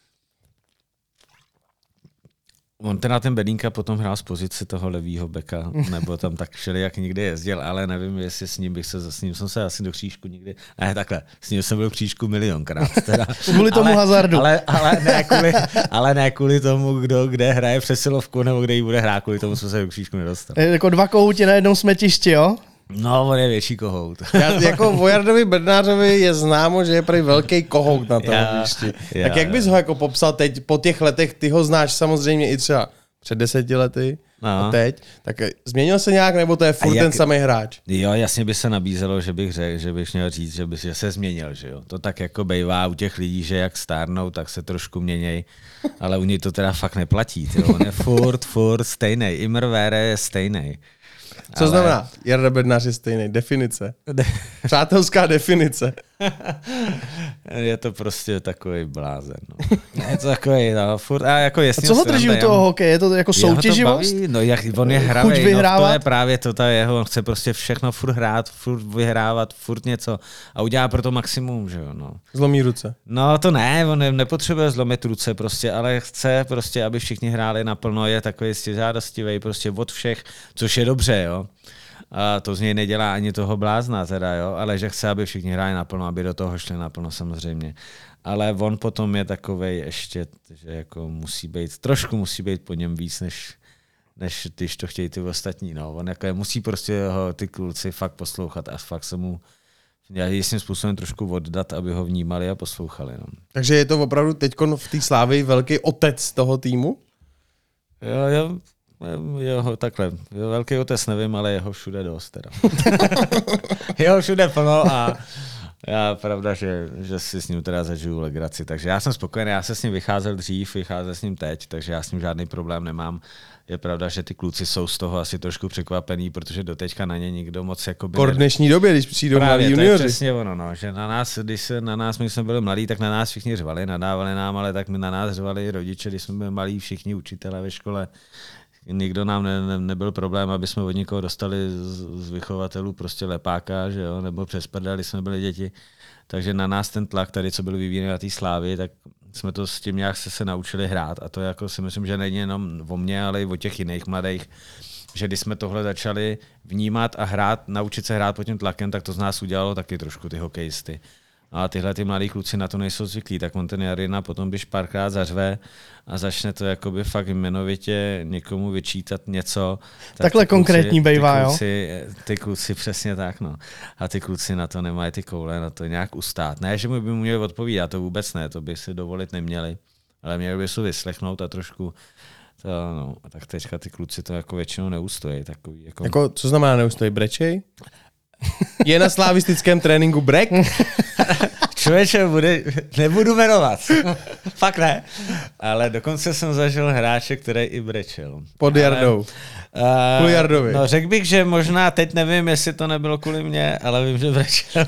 On ten na ten Bedínka potom hrál z pozice toho levýho beka, nebo tam tak všelijak nikdy jezdil, ale nevím, jestli s ním bych se, s ním jsem se asi do křížku nikdy, ne takhle, s ním jsem byl v křížku milionkrát. Teda. Kvůli tomu ale, hazardu. Ale, ale, ne kvůli, ale ne kvůli tomu, kdo kde hraje přesilovku, nebo kde ji bude hrát, kvůli tomu jsme se do křížku nedostal. Jako dva kohouti na jednom smetišti, jo? No, on je větší kohout. Já, jako o Jardovi Bednářovi je známo, že je prý velký kohout na tom hřišti. Tak jak bys ho jako popsal teď, po těch letech, ty ho znáš samozřejmě i třeba před deseti lety no. a teď, tak změnil se nějak, nebo to je furt jak, ten samý hráč? Jo, jasně by se nabízelo, že bych řekl, že bych měl říct, že, by, že se změnil, že jo. To tak jako bejvá u těch lidí, že jak stárnou, tak se trošku měněj, ale u něj to teda fakt neplatí, tyjo. On je furt, furt stejnej, Imre Vere je stejnej. Co ale... znamená? Jarda Bednář je stejný. Definice. Přátelská definice. Je to prostě takový blázen. No. Je to takový, no, furt, a jako a co ho drží u toho hokeje? Je to jako soutěživost? To no, jak on je hravej, no, to je právě to, ta jeho, on chce prostě všechno furt hrát, furt vyhrávat, furt něco a udělá pro to maximum, že jo, no. Zlomí ruce. No to ne, on nepotřebuje zlomit ruce prostě, ale chce prostě, aby všichni hráli naplno, je takový stěžádostivý prostě od všech, což je dobře, jo. A to z něj nedělá ani toho blázna teda, jo, ale že chce, aby všichni hráli naplno, aby do toho šli naplno samozřejmě. Ale on potom je takovej ještě, že jako musí být, trošku musí být po něm víc, než, než když to chtějí ty ostatní, no. On jako musí prostě ho ty kluci fakt poslouchat a fakt se mu jistým způsobem trošku oddat, aby ho vnímali a poslouchali, no. Takže je to opravdu teďkon v té Slávii velký otec toho týmu? Jo, jo. Jeho, takhle, velký otec nevím, ale jeho všude dost teda. Jeho všude plno a já pravda, že, že si s ním teda zažiju legraci, takže já jsem spokojený, já se s ním vycházel dřív, vycházel s ním teď, takže já s ním žádný problém nemám. Je pravda, že ty kluci jsou z toho asi trošku překvapený, protože doteďka na ně nikdo moc jako by... Kor dnešní době, když přijdou mladí junioři. To je přesně ono, no, že na nás, když se na nás, my jsme byli mladí, tak na nás všichni řvali, nadávali nám, ale tak my na nás řvali rodiče, když jsme byli malí, všichni učitelé ve škole. Nikdo nám ne, ne, nebyl problém, aby jsme od někoho dostali z, z vychovatelů prostě lepáka, že jo, nebo přes prdel, jsme byli děti. Takže na nás ten tlak tady, co byl vyvíjený na té Slávii, tak jsme to s tím nějak se, se naučili hrát. A to jako si myslím, že není jenom o mně, ale i o těch jiných mladých. Že když jsme tohle začali vnímat a hrát, naučit se hrát pod tím tlakem, tak to z nás udělalo taky trošku ty hokejisty. A tyhle ty mladí kluci na to nejsou zvyklí, tak on ten Jarina potom když párkrát zařve a začne to jakoby fakt jmenovitě někomu vyčítat něco. Tak takhle kluci, konkrétní bejvá, jo? Ty kluci přesně tak, no. A ty kluci na to nemají ty koule, na to nějak ustát. Ne, že mu by mu měli odpovídat, to vůbec ne, to by si dovolit neměli, ale měli by se vyslechnout a trošku to, no, tak teďka ty kluci to jako většinou neustojí. Takový, jako... jako, co znamená neustojí? Brečej? Je na slavistickém tréninku brek? Člověče, bude, nebudu jmenovat. Fakt ne. Ale dokonce jsem zažil hráče, který i brečel. Pod Jardou. Uh, kvůli Jardovi. No řekl bych, že možná teď nevím, jestli to nebylo kvůli mě, ale vím, že brečel.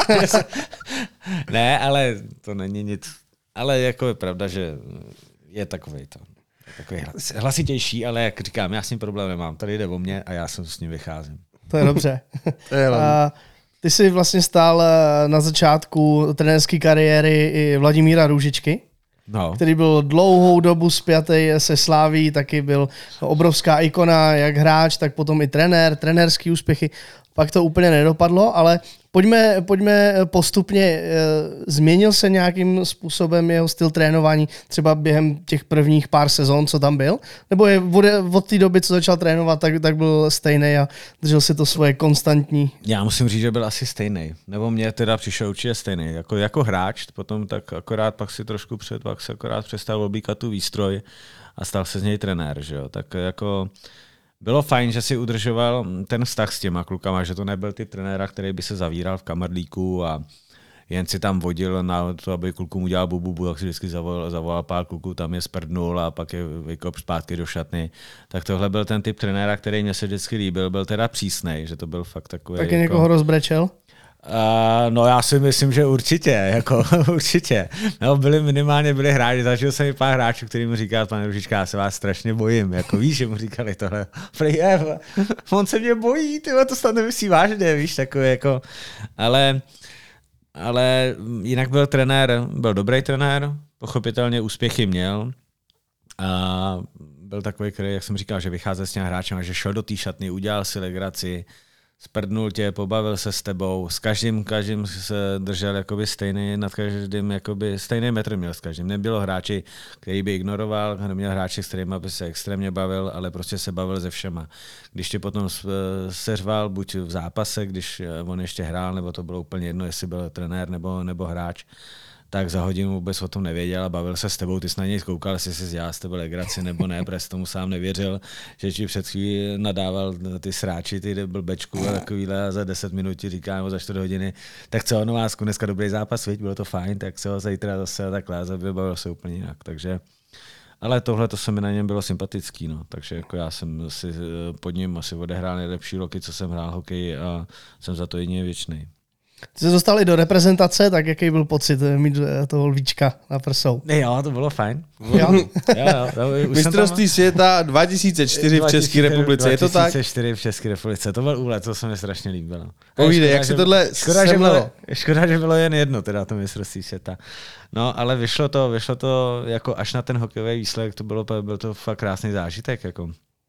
Ne, ale to není nic. Ale jako je pravda, že je takovej to. Takový hlasitější, ale jak říkám, já s ním problém nemám. Tady jde o mě a já jsem s ním vycházím. To je dobře. To je a ty jsi vlastně stál na začátku trenérské kariéry i Vladimíra Růžičky, no. který byl dlouhou dobu spjatý se Sláví, taky byl obrovská ikona, jak hráč, tak potom i trenér, trenérský úspěchy. Pak to úplně nedopadlo, ale pojďme, pojďme postupně. Změnil se nějakým způsobem jeho styl trénování třeba během těch prvních pár sezon, co tam byl? Nebo je od, od té doby, co začal trénovat, tak, tak byl stejný a držel si to svoje konstantní? Já musím říct, že byl asi stejný. Nebo mě teda přišel určitě stejný. Jako, jako hráč, potom tak akorát pak si trošku před, pak se akorát přestal oblíkat tu výstroj a stal se z něj trenér. Že jo? Tak jako... Bylo fajn, že si udržoval ten vztah s těma klukama, že to nebyl typ trenéra, který by se zavíral v kamerlíku a jen si tam vodil na to, aby klukům udělal bububu, tak si vždycky zavolal, zavolal pár kluků, tam je sprdnul a pak je vykop zpátky do šatny. Tak tohle byl ten typ trenéra, který mě se vždycky líbil, byl teda přísnej, že to byl fakt takový... Taky jako... někoho rozbrečel? Uh, no já si myslím, že určitě, jako určitě. No, byli minimálně byli hráči, zažil jsem i pár hráčů, který mi říkal, pane Růžička, já se vás strašně bojím, jako víš, že mu říkali tohle. Je, on se mě bojí, tyhle, to snad nemyslí vážně, víš, takový jako, ale, ale jinak byl trenér, byl dobrý trenér, pochopitelně úspěchy měl a byl takový, který, jak jsem říkal, že vycházel s těmi hráčem, že šel do té šatny, udělal si legraci, sprdnul tě, pobavil se s tebou, s každým, každým se držel jakoby stejný, nad každým jakoby stejný metr měl s každým. Nebylo hráči, který by ignoroval, neměl hráči, s kterými by se extrémně bavil, ale prostě se bavil se všema. Když tě potom seřval, buď v zápase, když on ještě hrál, nebo to bylo úplně jedno, jestli byl trenér nebo, nebo hráč, tak za hodinu vůbec o tom nevěděl a bavil se s tebou, ty jsi na něj koukal, jestli jsi dělal s tebe legraci nebo ne, protože tomu sám nevěřil, že ti před chvílí nadával ty sráči, ty blbečku a takovýhle a za deset minut ti říká, nebo za čtyři hodiny, tak co, no Lásku, dneska dobrý zápas, viď, bylo to fajn, tak co, zítra zase a takhle, a bavil se úplně jinak, takže, ale tohle to se mi na něm bylo sympatický, no, takže jako já jsem si pod ním asi odehrál nejlepší roky, co jsem hrál hokej a jsem za to jedině věčnej. Ty jsi dostal i do reprezentace, tak jaký byl pocit mít toho lvíčka na prsou? Jo, to bylo fajn. Jo? jo, jo, jo, už Mistrovství tam... světa dva tisíce čtyři v České republice, je to tak? dva tisíce čtyři v České republice, to byl úlet, to se mi strašně líbilo. Povídej, jak se tohle škoda, že bylo, škoda, že bylo jen jedno, teda to mistrovství světa. No, ale vyšlo to, vyšlo to jako až na ten hokejový výsledek, to bylo, byl to fakt krásný zážitek, jako.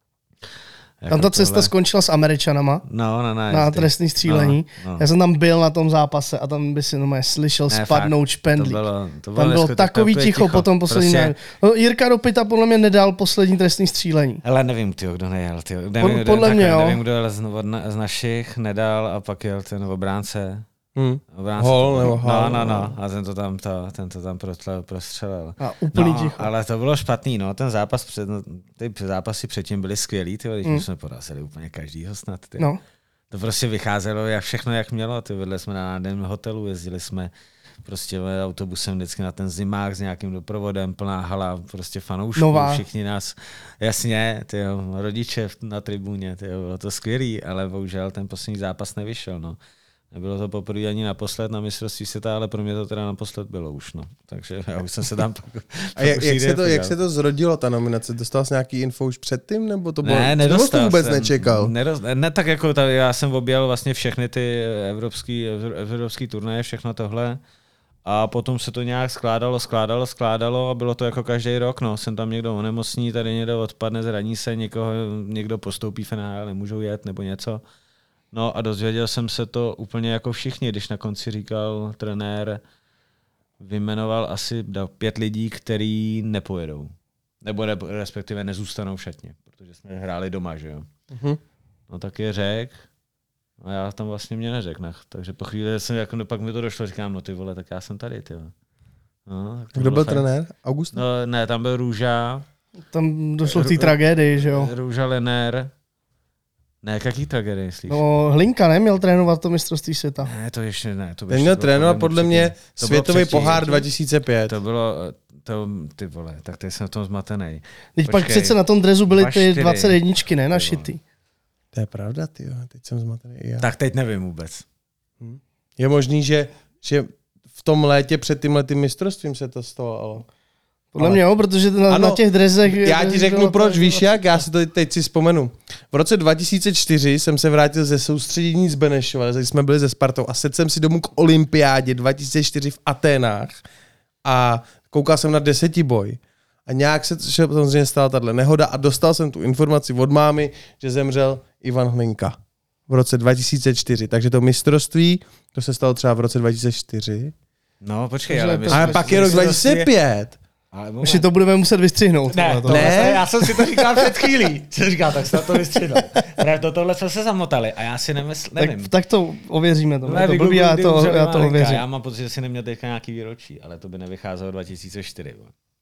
Jako tam ta cesta tohle... skončila s Američanama no, no, no, na trestní střílení. No, no. Já jsem tam byl na tom zápase a tam by si no, slyšel ne, spadnout špendlík. To bylo, to bylo tam bylo takový ticho, ticho potom poslední. Prostě... No, Jirka Ropita podle mě nedal poslední trestní střílení. Ale nevím, tyjo, kdo nejel. Tyjo. Nevím, Pod, kdo, podle tak, mě, jo. Nevím, kdo jel z, z našich, nedal a pak jel ten obránce. Hmm. obránce Hol nebo hol. No, no, no. A ten to tam, to, ten to tam prostřelil. A úplný no, ticho. Ale to bylo špatný, no. Ten zápas, před, ty zápasy předtím byly skvělý, ty, když hmm. jsme porazili úplně každýho snad. Ty. No. To prostě vycházelo jak všechno, jak mělo. Ty vedle jsme na nádherném hotelu, jezdili jsme prostě autobusem vždycky na ten zimák s nějakým doprovodem, plná hala, prostě fanoušků, všichni nás, jasně, tyjo, rodiče na tribuně, tyjo, bylo to skvělý, ale bohužel ten poslední zápas nevyšel, no. Nebylo to poprvé ani naposled na mistrovství světa, ale pro mě to teda naposled bylo už, no. Takže já už jsem se tam... A jak, jak, se to, jak se to zrodilo, ta nominace? Dostal jsi nějaký info už předtím, nebo to bylo... Ne, nedostal to vůbec jsem, nečekal? Nedost, ne, tak jako ta, já jsem objel vlastně všechny ty evropský, evropský turnaje, všechno tohle. A potom se to nějak skládalo, skládalo, skládalo a bylo to jako každý rok, no. Jsem tam někdo onemocní, tady někdo odpadne, zraní se, někoho, někdo postoupí v N H L, nemůžou jet nebo něco. No a dozvěděl jsem se to úplně jako všichni, když na konci říkal trenér, vyjmenoval asi pět lidí, kteří nepojedou. Nebo ne, respektive nezůstanou v šatně, protože jsme hráli doma, že jo. Uh-huh. No tak je řek. A já tam vlastně mě neřekl. Takže po chvíli jsem, jako, no, pak mi to došlo, říkám, no ty vole, tak já jsem tady, ty vole. No, kdo byl fajn. Trenér? August? No, ne, tam byl Růža. Tam došlo k té tragédii, že jo. Růža Lenér. Ne, jaký tragédie, myslíš? No, Hlinka neměl trénovat to mistrovství světa. Ne, to ještě ne. To Ten měl trénovat podle mě světový pohár dva tisíce pět. To bylo, to, ty vole, tak teď jsem na tom zmatenej. Teď pak přece na tom drezu byly ty dvacet jedničky, ne, našitý. To je pravda, ty, teď jsem zmatený i já. Tak teď nevím vůbec. Hm. Je možný, že, že v tom létě před tímhle tím mistrovstvím se to stalo, ale... Podle ale... mě jo, protože na, ano, na těch drezech... Já ti řeknu proč, víš jak? Já si to teď si vzpomenu. V roce dva tisíce čtyři jsem se vrátil ze soustředění z Benešova, když jsme byli ze Spartou a sedl jsem si domů k olympiádě dva tisíce čtyři v Aténách a koukal jsem na desetiboj. A nějak se samozřejmě stala tato nehoda a dostal jsem tu informaci od mámy, že zemřel Ivan Hlinka v roce dva tisíce čtyři. Takže to mistrovství, to se stalo třeba v roce dva tisíce čtyři. No, počkej, ale... A pak je rok dva tisíce pět. Už si to budeme muset vystřihnout. Ne, to ne? Já jsem si to říkal před chvílí. Jsem říkal, tak se to vystřihnout. Do tohle jsme se zamotali a já si nemysl, nevím. Tak, tak to ověříme. To, ne, to blbý, já to, já to ověřím. Já mám pocit, že si neměl teďka nějaký výročí, ale to by nevycházelo dva tisíce čtyři.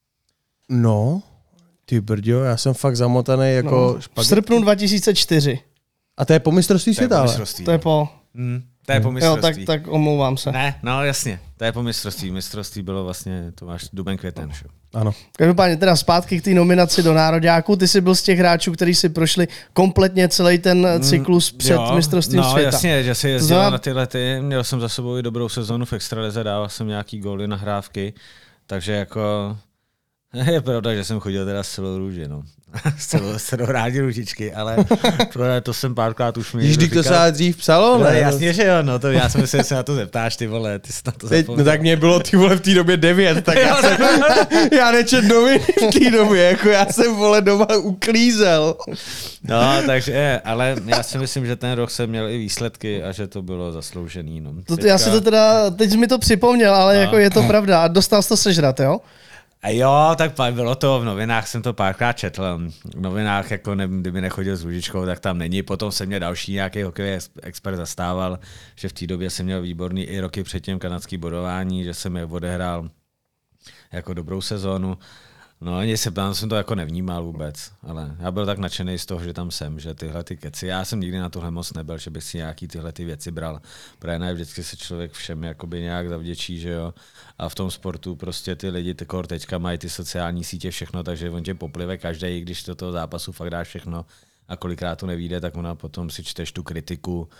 No, ty brďo, já jsem fakt zamotaný jako no, špagety. V srpnu dva tisíce čtyři. A to je po mistrovství světa, ale? To je po... Hmm, to je po mistrovství. Jo, tak, tak omlouvám se. Ne, no jasně, to je po mistrovství. Mistrovství bylo vlastně, to máš duben, květen. Šo? Ano. Každopádně teda zpátky k té nominaci do nároďáků. Ty jsi byl z těch hráčů, kteří si prošli kompletně celý ten cyklus před jo, mistrovstvím no, světa. No jasně, že si jezdil znamená... na tyhle ty. Měl jsem za sebou i dobrou sezónu v extralize, dával jsem nějaký góly, nahrávky, takže jako... Je pravda, že jsem chodil teda s celou růži, no. S celou, celou rádi růžičky, ale to jsem párkrát už mi... Víš, kdy to se dřív psalo, ne? Jasně, že jo, no, to já jsem myslel, že se na to zeptáš, ty vole, ty jsi na to Teď, no tak mě bylo ty vole v té době devět, tak já jsem, já nečet noviny v té době, jako já jsem vole doma uklízel. No, takže, ale já si myslím, že ten rok jsem měl i výsledky a že to bylo zasloužený, no. To, Teďka... Já si to teda, teď jsi mi to připomněl, ale no. Jako je to pravda a dostal jsi to sežrat, jo? A jo, tak bylo to, v novinách jsem to párkrát četl. V novinách, jako ne, kdyby nechodil s růžičkou, tak tam není. Potom se mě další nějaký hokejový expert zastával, že v té době jsem měl výborný i roky předtím kanadský bodování, že jsem je odehrál jako dobrou sezónu. No, nic se tam jsem to jako nevnímal vůbec, ale já byl tak nadšený z toho, že tam jsem, že tyhle ty keci, já jsem nikdy na tohle moc nebyl, že bych si nějaký tyhle ty věci bral, protože ne vždycky se člověk všem jakoby nějak zavděčí, že jo, a v tom sportu prostě ty lidi ty kor teďka mají ty sociální sítě všechno, takže on tě poplive každý, když do toho zápasu fakt dáš všechno a kolikrát to nevíde, tak ona potom si čteš tu kritiku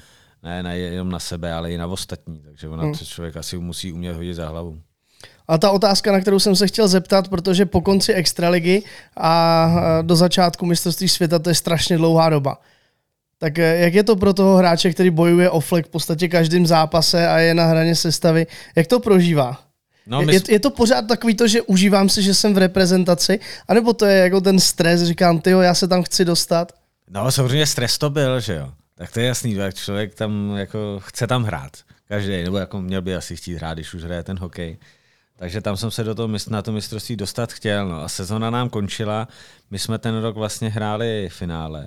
ne, ne jenom na sebe, ale i na ostatní, takže ona hmm. to člověk asi musí umět hodit za hlavu. A ta otázka, na kterou jsem se chtěl zeptat, protože po konci extraligy a do začátku mistrovství světa to je strašně dlouhá doba. Tak jak je to pro toho hráče, který bojuje o flek v podstatě každým zápase a je na hraně sestavy, jak to prožívá? No, je, je to pořád takový to, že užívám si, že jsem v reprezentaci, anebo to je jako ten stres, říkám, tyjo, já se tam chci dostat? No samozřejmě stres to byl, že jo. Tak to je jasný, jak člověk tam jako chce tam hrát. Každý, nebo jako měl by asi chtít hrát, když už hraje ten hokej. Takže tam jsem se do toho, na to mistrovství dostat chtěl. No. A sezona nám končila, my jsme ten rok vlastně hráli finále.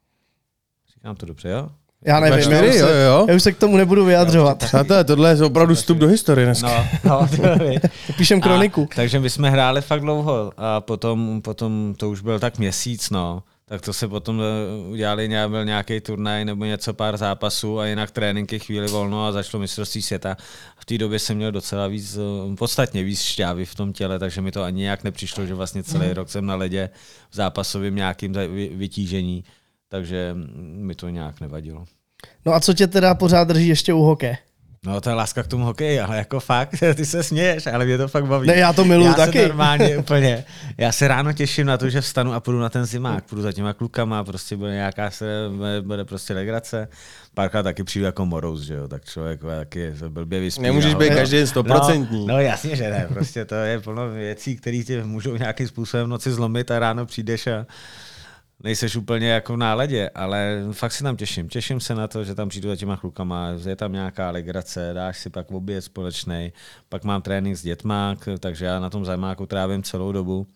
Říkám to dobře, jo? Já nevím, čtyři, já, už se, jo, jo. já už se k tomu nebudu vyjadřovat. Přátelé, tohle je opravdu vstup do historie dneska. No, no, Píšem kroniku. A, takže my jsme hráli fakt dlouho a potom, potom to už byl tak měsíc, no. Tak to se potom udělali, byl nějaký turnaj nebo něco, pár zápasů a jinak tréninky, chvíli volno a začalo mistrovství světa. V té době jsem měl docela víc, podstatně víc šťávy v tom těle, takže mi to ani nějak nepřišlo, že vlastně celý rok jsem na ledě v zápasovém nějakým vytížení, takže mi to nějak nevadilo. No a co tě teda pořád drží ještě u hokeje? No to je láska k tomu hokeji, ale jako fakt, ty se směješ, ale mě to fakt baví. Ne, já to miluju já taky. Já se normálně úplně, já se ráno těším na to, že vstanu a půjdu na ten zimák, půjdu za těma klukama, prostě bude nějaká se, bude prostě legrace. Párkrát taky přijdu jako morous, že jo, tak člověk taky blbě vyspí. Nemůžeš být každý stoprocentní. No, no jasně, že ne, prostě to je plno věcí, které tě můžou nějakým způsobem v noci zlomit a ráno přijdeš a nejseš úplně jako v náladě, ale fakt si tam těším. Těším se na to, že tam přijdu za těma klukama, je tam nějaká legrace, dáš si pak oběd společnej, pak mám trénink s dětma, takže já na tom zajímáku trávím celou dobu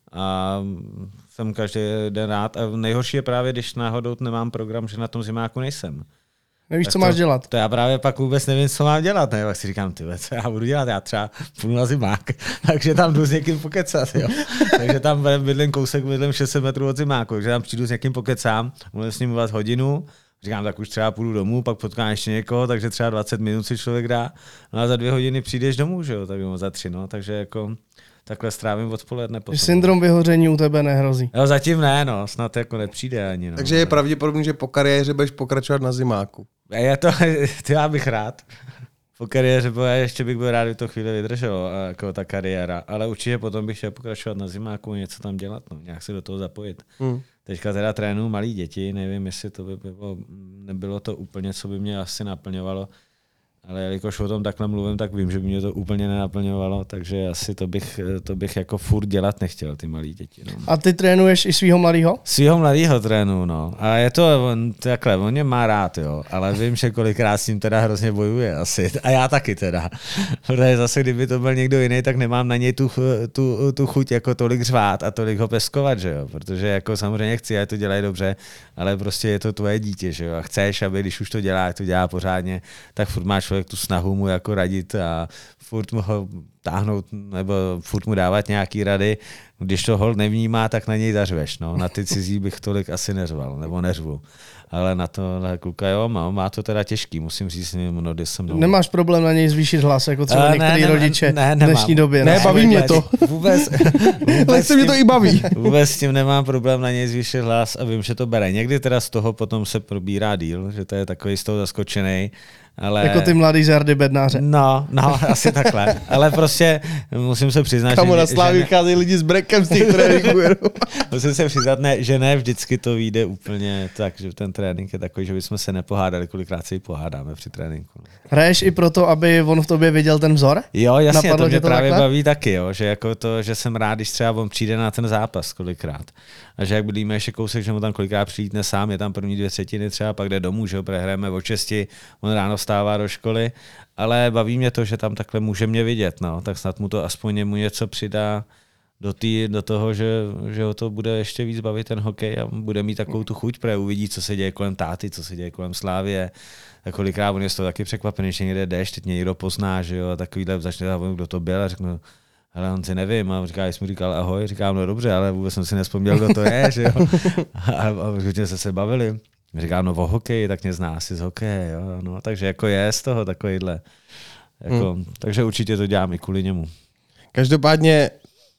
a jsem každý den rád. A nejhorší je právě, když náhodou nemám program, že na tom zimáku nejsem. Nevíš, tak co to, máš dělat. To já právě pak vůbec nevím, co mám dělat. Ne? Tak si říkám, tyhle, co já budu dělat? Já třeba půjdu na zimák, takže tam jdu s někým pokecat. Jo? Takže tam bydlím kousek, bydlím šest set metrů od zimáku, takže tam přijdu s někým pokecám, můžu s ním mluvat hodinu, říkám, tak už třeba půjdu domů, pak potkám ještě někoho, takže třeba dvacet minut si člověk dá, no a za dvě hodiny přijdeš domů, že jo, tak za tři, no, takže jako takhle strávím odpoledne. Potom. Syndrom vyhoření u tebe nehrozí. Jo, zatím ne, no, snad jako nepřijde ani. No. Takže je pravděpodobné, že po kariéře budeš pokračovat na zimáku. Já to, to já bych rád. Po kariéře, bo já ještě bych byl rád, kdyby to chvíli vydrželo, jako ta kariéra, ale určitě potom bych chtěl pokračovat na zimáku, něco tam dělat, no, nějak se do toho zapojit. Hmm. Teďka teda trénuju malý děti, nevím, jestli to by bylo, nebylo to úplně, co by mě asi naplňovalo, ale jelikož o tom takhle mluvím, tak vím, že by mě to úplně nenaplňovalo, takže asi to bych, to bych jako furt dělat nechtěl, ty malý děti. No. A ty trénuješ i svýho mladýho? Svýho mladýho trénu, no. A je to on, takhle, on mě má rád, jo, ale vím, že kolikrát s ním teda hrozně bojuje asi. A já taky teda. Protože zase, kdyby to byl někdo jiný, tak nemám na něj tu, tu, tu chuť jako tolik řvát a tolik ho peskovat, že jo. Protože jako samozřejmě chci, ať to dělají dobře, ale prostě je to tvoje dítě, že jo. A chceš, aby když už to dělá, to dělá pořádně, tak furt máš tu snahu mu jako radit a furt mu ho táhnout nebo furt mu dávat nějaký rady. Když to hold nevnímá, tak na něj zařveš. No. Na ty cizí bych tolik asi neřval, nebo neřvu. Ale na to na kluka, jo, má, má to teda těžký, musím říct, no, když jsem mnou. Nemáš problém na něj zvýšit hlas, jako třeba ne, některý ne, rodiče ne, v dnešní době. Ne, ne baví mě to. Vůbec, vůbec se mě to i baví. Vůbec s tím nemám problém na něj zvýšit hlas a vím, že to bere. Někdy teda z toho potom se probírá díl, že to je takový z toho zaskočený. Ale... Jako ty mladý žardy bednáře. No, no, asi takhle. Ale prostě musím se přiznat, Kamu že... na Slávě vycházejí lidi s brekem z těch tréninků. Musím se přiznat, ne, že ne vždycky to vyjde úplně tak, že ten trénink je takový, že bychom se nepohádali, kolikrát se i pohádáme při tréninku. Hraješ i proto, aby on v tobě viděl ten vzor? Jo, jasně, Napadlo to mě to právě takhle? baví taky, jo, že jako to, že jsem rád, když třeba on přijde na ten zápas kolikrát. A že jak bydlíme ještě kousek, že mu tam kolikrát přijítne sám, je tam první dvě třetiny třeba, pak jde domů, že ho prehrajeme o šesti, on ráno vstává do školy, ale baví mě to, že tam takhle může mě vidět, no, tak snad mu to aspoň mu něco přidá do, tý, do toho, že, že ho to bude ještě víc bavit ten hokej a bude mít takovou tu chuť, protože uvidí, co se děje kolem táty, co se děje kolem Slávie. A kolikrát on je z toho taky překvapený, že někde jdeš, teď mě někdo pozná, že jo, a takovýhle začne, kdo to byl a řeknu, ale on si nevím, a říká, jsi mu říkal ahoj, říkám, no dobře, ale vůbec jsem si nespomněl, kdo to je, že jo. A, a hodně se se bavili. Říkám, no o hokeji, tak mě zná asi z hokeje, jo, no, takže jako je z toho takovýhle. Jako, hmm. Takže určitě to dělám i kvůli němu. Každopádně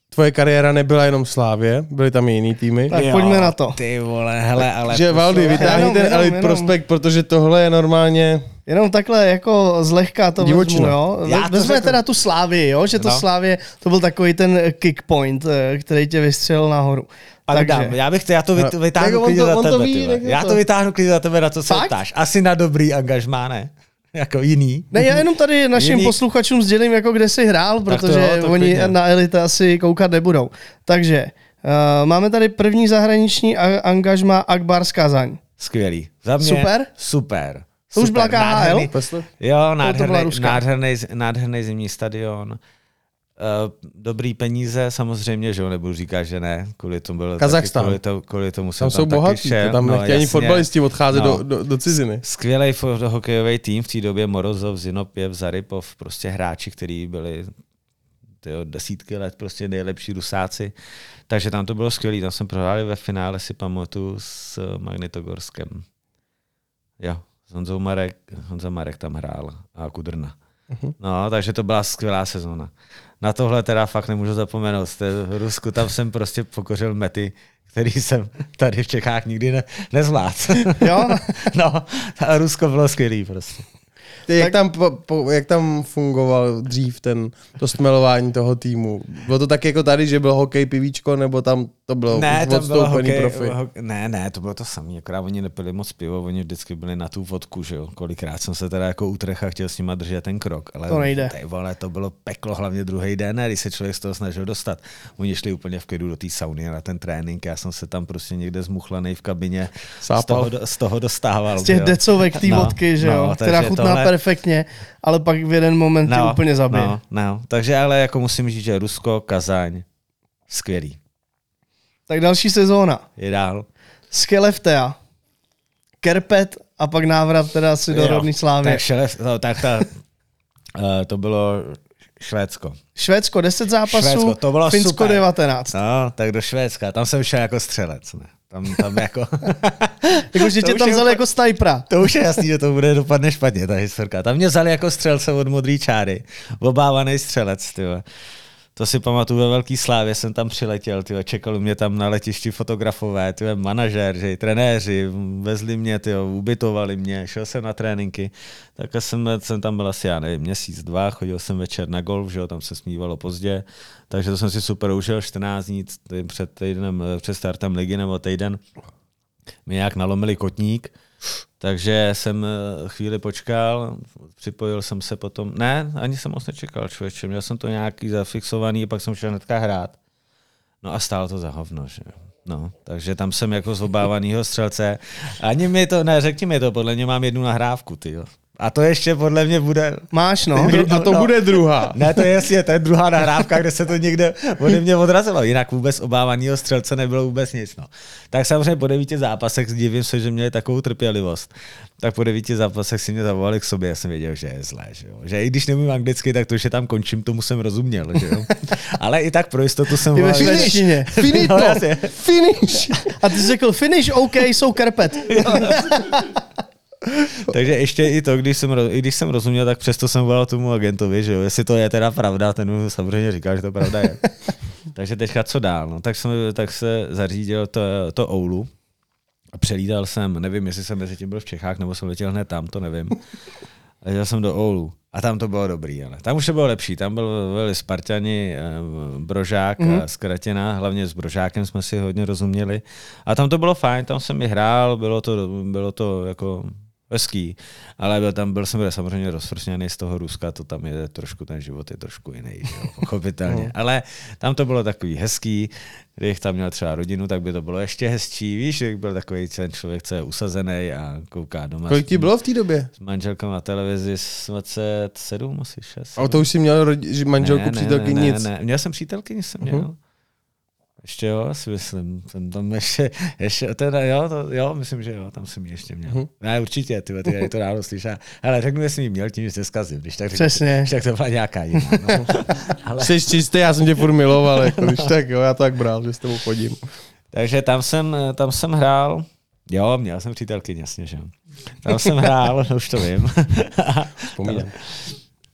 tvoje kariéra nebyla jenom v Slávě, byly tam i jiný týmy. Tak jo, pojďme na to. Ty vole, hele, ale... Že Valdy, vytáhni ten Elite jenom. Prospekt, protože tohle je normálně... Jenom takhle jako zlehka to Divočina. vezmu, jo. Já to Vezme řeknu. teda tu Slávii, jo, že to No. Slávě, to byl takový ten kick point, který tě vystřelil nahoru. Pak Takže, dám, já bych to, já to vyt- No. vytáhnu Tak on klidně to- za on to tebe, ví, ty vole. tak je Já to- to vytáhnu klidně za tebe, na co se Fakt? ptáš. Asi na dobrý angažmá, ne? Jako jiný. Ne, já jenom tady našim Jiný- posluchačům sdělím, jako kde jsi hrál, Tak to protože jo, to oni klidně. na Elite asi koukat nebudou. Takže uh, máme tady první zahraniční a- angažma Akbars Kazaň. Skvělý. Za mě Super? Super. To už Super, byla K H L? nádherný- Jo, byla nádherný, ruská. nádherný, nádherný zimní stadion. Uh, dobrý peníze, samozřejmě, že jo, nebudu říkat, že ne, kvůli tomu bylo Kazachstán. Taky, kvůli, to, kvůli tomu jsem Tam jsou taky bohatí, šel. to tam No, nechtějí ani jasně. fotbalisti odcházet No. do, do, do ciziny. Skvělý hokejový tým v té době, Morozov, Zinopěv, Zarypov, prostě hráči, kteří byli tyjo, desítky let prostě nejlepší Rusáci. Takže tam to bylo skvělé. Tam jsem prohrál ve finále, si pamatuju, s Magnitogorskem. Jo, s Honzou Marek, Honza Marek tam hrál a Kudrna. Uh-huh. No, takže to byla skvělá sezóna. Na tohle teda fakt nemůžu zapomenout. V Rusku tam jsem prostě pokořil mety, který jsem tady v Čechách nikdy ne, nezvládl. Jo? No, a Rusko bylo skvělý prostě. Ty, jak, tam, po, po, jak tam fungoval dřív ten, to stmelování toho týmu? Bylo to tak jako tady, že byl hokej, pivíčko, nebo tam to bylo Ne, už tam bylo odstoupený hokej, profi? ho, ne, ne, to bylo to samé, akorát oni nepili moc pivo, oni vždycky byli na tu vodku, že jo. Kolikrát jsem se teda jako utrhl a chtěl s nima držet ten krok, ale To nejde. Tej, vole, to bylo peklo, hlavně druhý den, ne, když se člověk z toho snažil dostat. Oni šli úplně v klidu do té sauny na ten trénink, já jsem se tam prostě někde zmuchlanej v kabině z toho, z toho dostával. Z těch jo. decovek té No, vodky, že no, jo, která takže chutná tohle- perfektně, ale pak v jeden moment tě No, úplně zabije. no, no, takže ale jako musím říct, že Rusko, Kazaň, skvělý. Tak další sezóna. Je dál. Skeleftea, Kerpet a pak návrat teda asi do Jo, rodný Slávy. Tak, šelef, no, tak ta, uh, to bylo Švédsko. Švédsko deset zápasů, Švédsko, to bylo Finsko super. devatenáct. No, tak do Švédska. Tam jsem šel jako střelec. Ne? Tam, tam jako... Jakože To tě už tam je vzali úplně- jako snajpera. To už je jasný, že to bude dopadne špatně, ta historka. Tam mě vzali jako střelce od modrý čáry. Obávaný střelec, tyjo. To si pamatuju, ve Velký Slávě jsem tam přiletěl, tyjo. Čekali mě tam na letišti fotografové, tyjo, manažér, že, trenéři, vezli mě, tyjo, ubytovali mě, šel jsem na tréninky. Tak jsem, jsem tam byl asi, já nevím, měsíc, dva, chodil jsem večer na golf, že jo, tam se smívalo pozdě. Takže to jsem si super užil, čtrnáct dní před týdnem, před startem ligy nebo týden. Mi nějak nalomili kotník, takže jsem chvíli počkal, připojil jsem se potom, ne, ani jsem moc nečekal, člověče, měl jsem to nějaký zafixovaný, pak jsem šel hnedka hrát. No a stálo to za hovno, že jo. No, takže tam jsem jako z obávanýho střelce. Ani mi to, ne, řekni mi to, podle mě mám jednu nahrávku, tyjo. A to ještě podle mě bude... Máš, no. A to no. bude druhá. Ne, to je jasně, to je druhá nahrávka, kde se to někde ode mě odrazilo. Jinak vůbec obávanýho střelce nebylo vůbec nic. No. Tak samozřejmě po devíti zápasech, divím se, že měli takovou trpělivost. Tak po devíti zápasech si mě zavolali k sobě, já jsem věděl, že je zlé. Že, jo? Že i když nemůžu anglicky, tak to, že tam končím, tomu jsem rozuměl. Že jo? Ale i tak pro jistotu jsem Ty ve volal. švédštině. Finito! No, jasně. Finish! A ty jsi řekl finish, OK, jsou Kerpet. Takže ještě i to, když jsem, i když jsem rozuměl, tak přesto jsem volal tomu agentovi, že jo, jestli to je teda pravda, ten mu samozřejmě říkal, že to pravda je. Takže teďka co dál, no, tak, jsem, tak se zařídil to, to Oulu a přelítal jsem, nevím, jestli jsem mezi tím byl v Čechách, nebo jsem letěl hned tam, to nevím. A jel jsem do Oulu a tam to bylo dobrý, ale tam už to bylo lepší, tam byl, byli Spartani, Brožák mm-hmm. a Skratěna, hlavně s Brožákem jsme si hodně rozuměli a tam to bylo fajn, tam jsem i hrál, bylo to, bylo to jako hezký, ale byl tam byl jsem samozřejmě rozfrsněný z toho Ruska, to tam je trošku, ten život je trošku jiný, že jo, pochopitelně, ale tam to bylo takový hezký, kdybych tam měl třeba rodinu, tak by to bylo ještě hezčí, víš, jak byl takový ten člověk, co je usazený a kouká doma. Kolik ti bylo v té době? S manželkou na televizi s dvacet sedm, asi šest. A to už jsi měl rodi- že manželku, ne, přítelky, ne, nic. Ne, ne, měl jsem přítelkyni, jsem měl. Uh-huh. Ještě jo, si myslím, jsem tam ještě, ještě teda jo, to, jo, myslím, že jo, tam jsem ji ještě měl. Uh-huh. Ne, určitě, ty, ty je to ráno slyšel. Ale řeknu, jestli ji měl, tím, že se zkazil, když tak řeknu, Přesně. když tak to byla nějaká jiná. No. Ale... Jsi čistý, já jsem tě furt miloval, jako, když tak jo, já to tak bral, že s tebou chodím. Takže tam jsem, tam jsem hrál, jo, měl jsem přítelkyni, jasně, že jo. Tam jsem hrál, už to vím. Vzpomínám.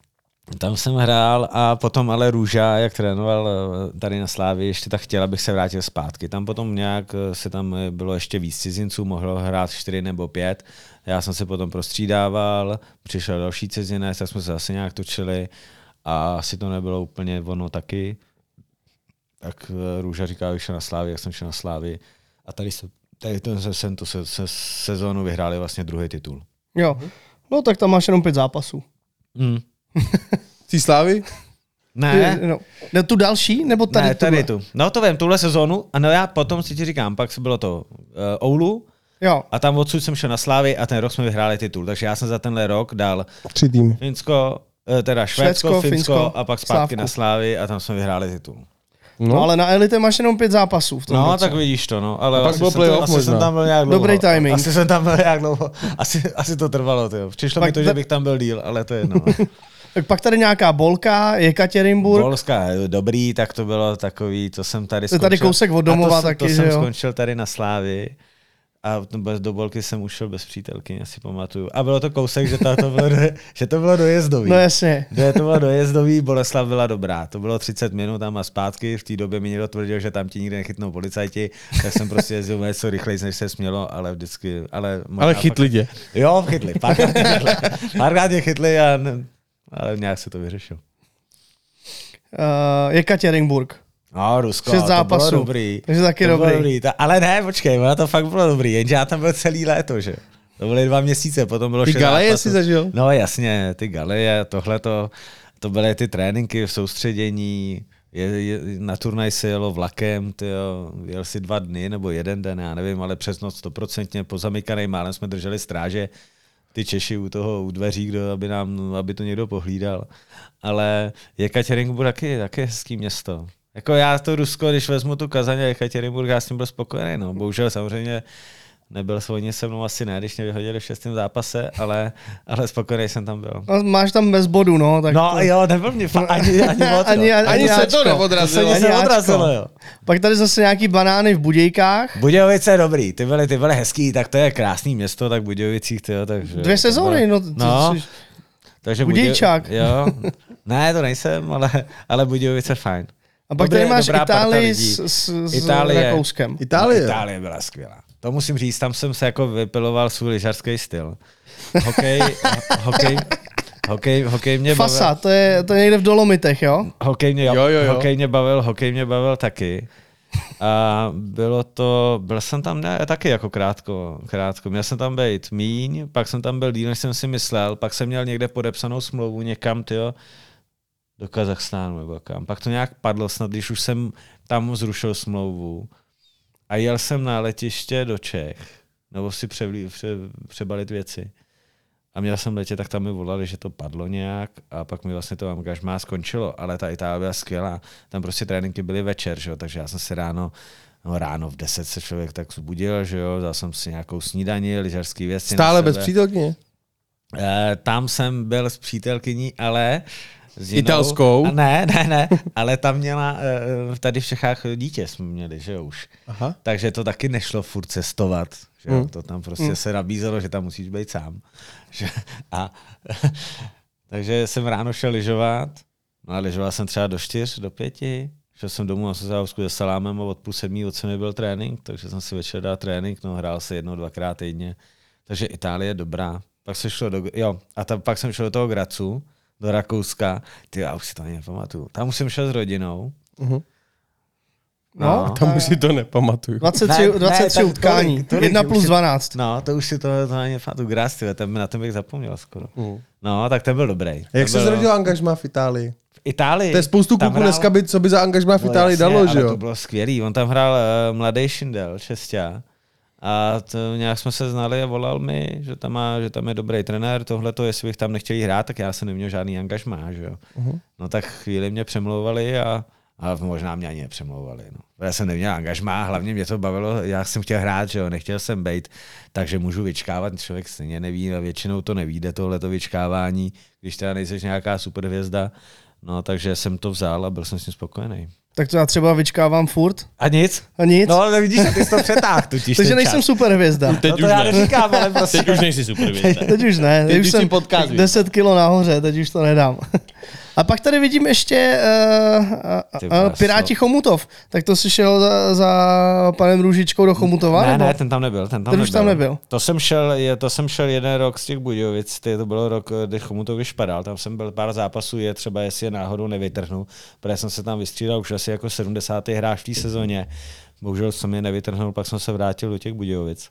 Tam jsem hrál a potom ale Růža, jak trénoval tady na Slávii, ještě tak chtěl, abych se vrátil zpátky. Tam potom nějak se tam bylo ještě víc cizinců, mohlo hrát čtyři nebo pět. Já jsem se potom prostřídával, přišel další cizinec, tak jsme se zase nějak točili a asi to nebylo úplně ono taky. Tak Růža říkal, že šel na Slávii, jak jsem šel na Slávii. A tady, se, tady to, jsem tu se, se, sezónu vyhráli vlastně druhý titul. Jo, no tak tam máš jenom pět zápasů. Mm. Ty Slávy? Ne. No, no, tu další, nebo tady ne, tady tu. No to vím, tuhle sezónu. A no já potom si ti říkám, pak bylo to uh, Oulu. Jo. A tam odsud jsem šel na Slávy a ten rok jsme vyhráli titul. Takže já jsem za tenhle rok dal tři týmy. Finsko, teda Švédsko, Švédsko, Finsko, Finsko a pak zpátky Slávku. na Slávy a tam jsme vyhráli titul. No. no ale na Elite máš jenom pět zápasů v tom No, roce. tak vidíš to, no. Ale a pak asi, byl jsem, to, asi jsem tam byl nějak dlouho. Dobrý timing. Asi jsem tam byl nějak dlouho. Asi, asi to trvalo, tyjo. Přišlo pak mi to, ta... že bych tam byl díl, ale to je jedno. Tak pak tady nějaká Bolka, Jekaterinburg. Bolska, dobrý, tak to bylo takový, to jsem tady skončil. To je tady kousek od domova to, taky, to že jsem jo? skončil tady na Slávii. A do Bolky jsem ušel bez přítelky, asi pamatuju. A bylo to kousek, že to, to, bylo, do, že to bylo dojezdový. No jasně. Že to bylo dojezdový, Boleslav byla dobrá. To bylo třicet minut tam a zpátky. V té době mi někdo tvrdil, že tam ti nikdy nechytnou policajti, tak jsem prostě jezdil něco rychleji, než se smělo, ale vždycky... Ale, ale chytli tě. Jo, chytli. Párkrát mě chytli. Párkrát mě chytli, a ne, ale nějak se to vyřešil. Uh, Jekaterinburg. No, Rusko, šest to zápasů. bylo dobrý. Takže taky to dobrý. Bylo dobrý. Ta, ale ne, počkej, ono to fakt bylo dobrý, jenže já tam byl celý léto, že? To byly dva měsíce, potom bylo ty šest galeje zápasů. si zažil? No jasně, ty galeje, tohle to, to byly ty tréninky v soustředění, je, je, na turnaj se jelo vlakem, tyjo, jel si dva dny nebo jeden den, já nevím, ale přes noc stoprocentně pozamykanej, málem jsme drželi stráže, ty Češi u toho, u dveří, kdo, aby, nám, aby to někdo pohlídal. Ale Jekaterinburg taky, taky hezký město. Jako já to Rusko, když vezmu tu Kazaň a Jekaterinburg, já s tím byl spokojený. No. Bohužel samozřejmě nebyl svojně se mnou asi ne, když mě vyhodili v šestém zápase, ale, ale spokojený jsem tam byl. No, máš tam bez bodu, no. Tak no to... jo, nebyl mě fa- ani, ani moc. ani, ani, ani se to neodrazilo. To se nic neodrazilo, jo. Pak tady zase nějaký banány v Budějkách. Budějovice je dobrý, ty byly, ty byly hezký, tak to je krásný město, tak v Budějovicích, tyjo, takže... Dvě sezóny, no. no takže Budějčák. Jo, ne, to nejsem, ale, ale Budějovice fajn. A pak Dobré, tady máš Itálii s, s, s Itálie. Rakouskem. Itálie. No, Itálie byla skvělá. To musím říct, tam jsem se jako vypiloval svůj lyžařský styl. Hokej, hokej, hokej, hokej mě bavil. Fasa, to je, to je někde v Dolomitech, jo? Hokej mě, jo, jo, jo. hokej mě bavil, hokej mě bavil taky. A bylo to, byl jsem tam ne, taky jako krátko, krátko. Měl jsem tam být míň, pak jsem tam byl díl, než jsem si myslel, pak jsem měl někde podepsanou smlouvu někam, tyjo, do Kazachstánu nebo kam. Pak to nějak padlo snad, když už jsem tam zrušil smlouvu a jel jsem na letiště do Čech, nebo si převlí, pře, přebalit věci. A měl jsem letět, tak tam mi volali, že to padlo nějak a pak mi vlastně to angažmá skončilo, ale ta Itálie byla skvělá. Tam prostě tréninky byly večer, že jo? Takže já jsem se ráno, no ráno v deset se člověk tak zbudil, že jo, dal jsem si nějakou snídani, lyžařský věci. Stále bez přítelkyně? E, tam jsem byl s přítelkyní, ale s jinou, italskou? A ne, ne, ne, ale tam měla, tady v Čechách dítě jsme měli, že jo už. Aha. Takže to taky nešlo furt cestovat. Že jo? Hmm. To tam prostě hmm. se nabízelo, že tam musíš být sám. Že, a, takže jsem ráno šel lyžovat, no a lyžoval jsem třeba do čtyř, do pěti, šel jsem domů na Sozávsku se salámem a od půl sedmí od sedmi byl trénink, takže jsem si večer dal trénink, no hrál se jednou, dvakrát týdně. Takže Itálie je dobrá. Pak se šlo do, jo, a tam, pak jsem šel do toho Grazu, do Rakouska, ty já už si to ani nepamatuju. Tam už jsem šel s rodinou. Uh-huh. No, no, tam už si to nepamatuju. dvacet tři, ne, dvacet tři ne, utkání, tolik, tolik, jedna plus dvanáct. No, to už si to, to ani nepamatuju. Graz, tyhle, ten, na ten bych zapomněl skoro. Uh. No, tak ten byl dobrý. A jak ten se byl, zrodil angažmá v Itálii? V Itálii. To je spoustu tam kluků hrál- dneska by, co by za angažmá v No Itálii jasně, dalo, že ale jo? to bylo skvělý. On tam hrál uh, mladý Šindel, Česťa. A to nějak jsme se znali a volal mi, že tam, má, že tam je dobrý trenér, tohleto, jestli bych tam nechtěli hrát, tak já jsem neměl žádný angažmá, že jo. Uh-huh. No tak chvíli mě přemlouvali a, a možná mě ani nepřemlouvali. No. Já jsem neměl angažmá, hlavně mě to bavilo, já jsem chtěl hrát, že jo, nechtěl jsem bejt, takže můžu vyčkávat, člověk stejně neví, a většinou to nevíde, tohleto vyčkávání, když teda nejseš nějaká superhvězda. No, takže jsem to vzal a byl jsem s tím spokojený. Tak to já třeba vyčkávám furt. A nic? A nic? No, ale vidíš, ty jsi to přetáhl, totiž Takže ten nejsem čas. superhvězda. Teď No to už já ne. neříkám, ale prostě... Teď už nejsi super hvězda. Teď už ne, Teď teď už už si jsem podcast, víš. deset kilo nahoře, teď už to nedám. A pak tady vidím ještě uh, uh, uh, Piráti Chomutov. Tak to uh, uh, uh, Piráti Chomutov. Tak to jsi šel za, za panem Růžičkou do Chomutova? Ne, nebo? ne, ten tam nebyl. Ten tam ten nebyl. už tam nebyl. To jsem šel, je, to jsem šel jeden rok z těch Budějovic, to bylo rok, kdy Chomutov vyšpadal. Tam jsem byl pár zápasů, je třeba, jestli je náhodou nevytrhnu, protože jsem se tam vystřídal už asi jako sedmdesátý hráč v té sezóně. Bohužel jsem je nevytrhnul, pak jsem se vrátil do těch Budějovic.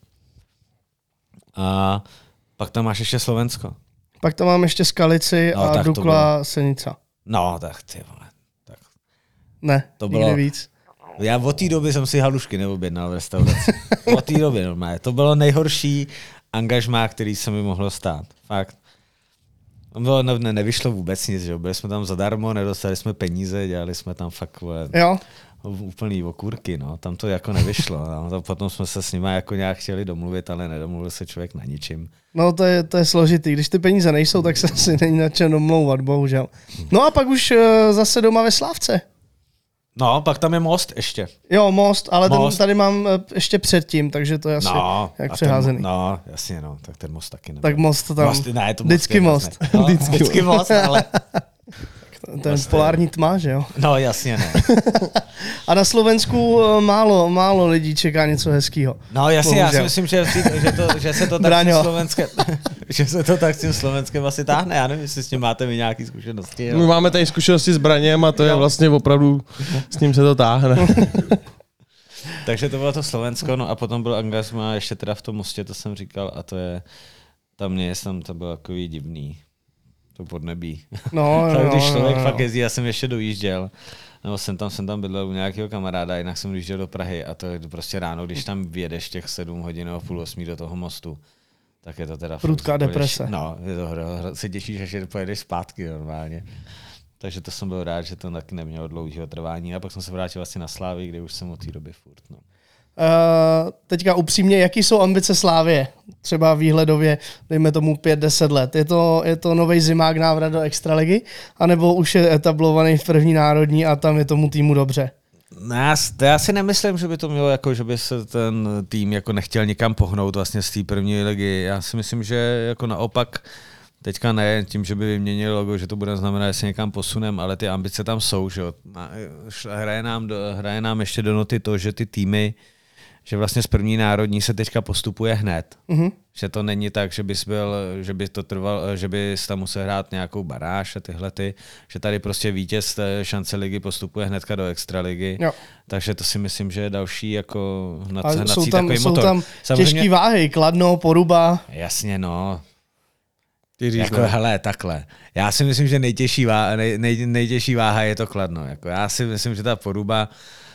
A pak tam máš ještě Slovensko. Pak tam mám ještě Skalici no, a Dukla Senica. No, tak ty vole. Tak. Ne, to nikdy bylo víc. Já od té doby jsem si halušky neobjednal v restauraci. Od té doby normálně. To bylo nejhorší angažmá, který se mi mohlo stát. Fakt. Bylo, ne, nevyšlo vůbec nic, že? Byli jsme tam zadarmo, nedostali jsme peníze, dělali jsme tam fakt jo. úplný okůrky, no. Tam to jako nevyšlo. No. Potom jsme se s nimi jako nějak chtěli domluvit, ale nedomluvil se člověk na ničím. No to je, to je složitý. Když ty peníze nejsou, tak se asi není na čem domlouvat, bohužel. No a pak už uh, zase doma ve Slávce. No, pak tam je Most ještě. Jo, Most, ale Most. Ten tady mám ještě předtím, takže to je asi no, jak přeházený. Ten, no, jasně, no, tak ten Most taky nebyl. Tak Most to tam, most, ne, to vždycky Most. No, vždycky Most, ale... Ten most polární tma, že jo? No, jasně, ne. A na Slovensku málo, málo lidí čeká něco hezkýho. No, jasně, bohužel. Já si myslím, že, že, to, že se to tak s tím Slovenskem, že se to tak s tím Slovenskem asi táhne. Já nevím, jestli s tím máte vy nějaké zkušenosti. Jo? My máme tady zkušenosti s Braněm a to je vlastně opravdu, s ním se to táhne. Takže to bylo to Slovensko, no a potom byl angažmá ještě teda v tom Mostě, to jsem říkal, a to je, tam mě tam to bylo takový divný. To podnebí. No, tak no, když člověk no, fakt no. jezdí, já jsem ještě dojížděl, nebo jsem tam, jsem tam bydlel u nějakého kamaráda, jinak jsem dojížděl do Prahy a to je prostě ráno, když tam vyjedeš těch sedm hodin nebo půl osmí do toho Mostu, tak je to teda... Prudká deprese. No, je to, se těšíš, až pojedeš zpátky normálně. Takže to jsem byl rád, že to taky nemělo dlouhého trvání a pak jsem se vrátil vlastně na Slávy, kde už jsem od té doby furt. No. Uh, teďka upřímně, jaký jsou ambice Slávie? Třeba výhledově, dejme tomu pět deset let. Je to, je to novej zimák návrat do extraligy? A nebo už je etablovaný v první národní a tam je tomu týmu dobře? No, já, já si nemyslím, že by to mělo jako, že by se ten tým jako nechtěl nikam pohnout vlastně z té první ligy. Já si myslím, že jako naopak teďka ne tím, že by vyměnil logo, že to bude znamenat, že se někam posunem, ale ty ambice tam jsou. Že hraje, nám do, hraje nám ještě do noty to, že ty týmy, že vlastně z první národní se teďka postupuje hned. Mm-hmm. Že to není tak, že bys byl, že by to trval, že bys tam musel hrát nějakou baráž a tyhle ty, že tady prostě vítěz šance ligy postupuje hnedka do extraligy. Jo. Takže to si myslím, že je další jako hnací jsou tam, takový jsou motor. tam těžký váhy, Kladno, Poruba. Jasně, no. Jako, hele, takhle. Já si myslím, že nejtěžší váha, nej, nej, nejtěžší váha je to Kladno. Jako, já si myslím, že ta Poruba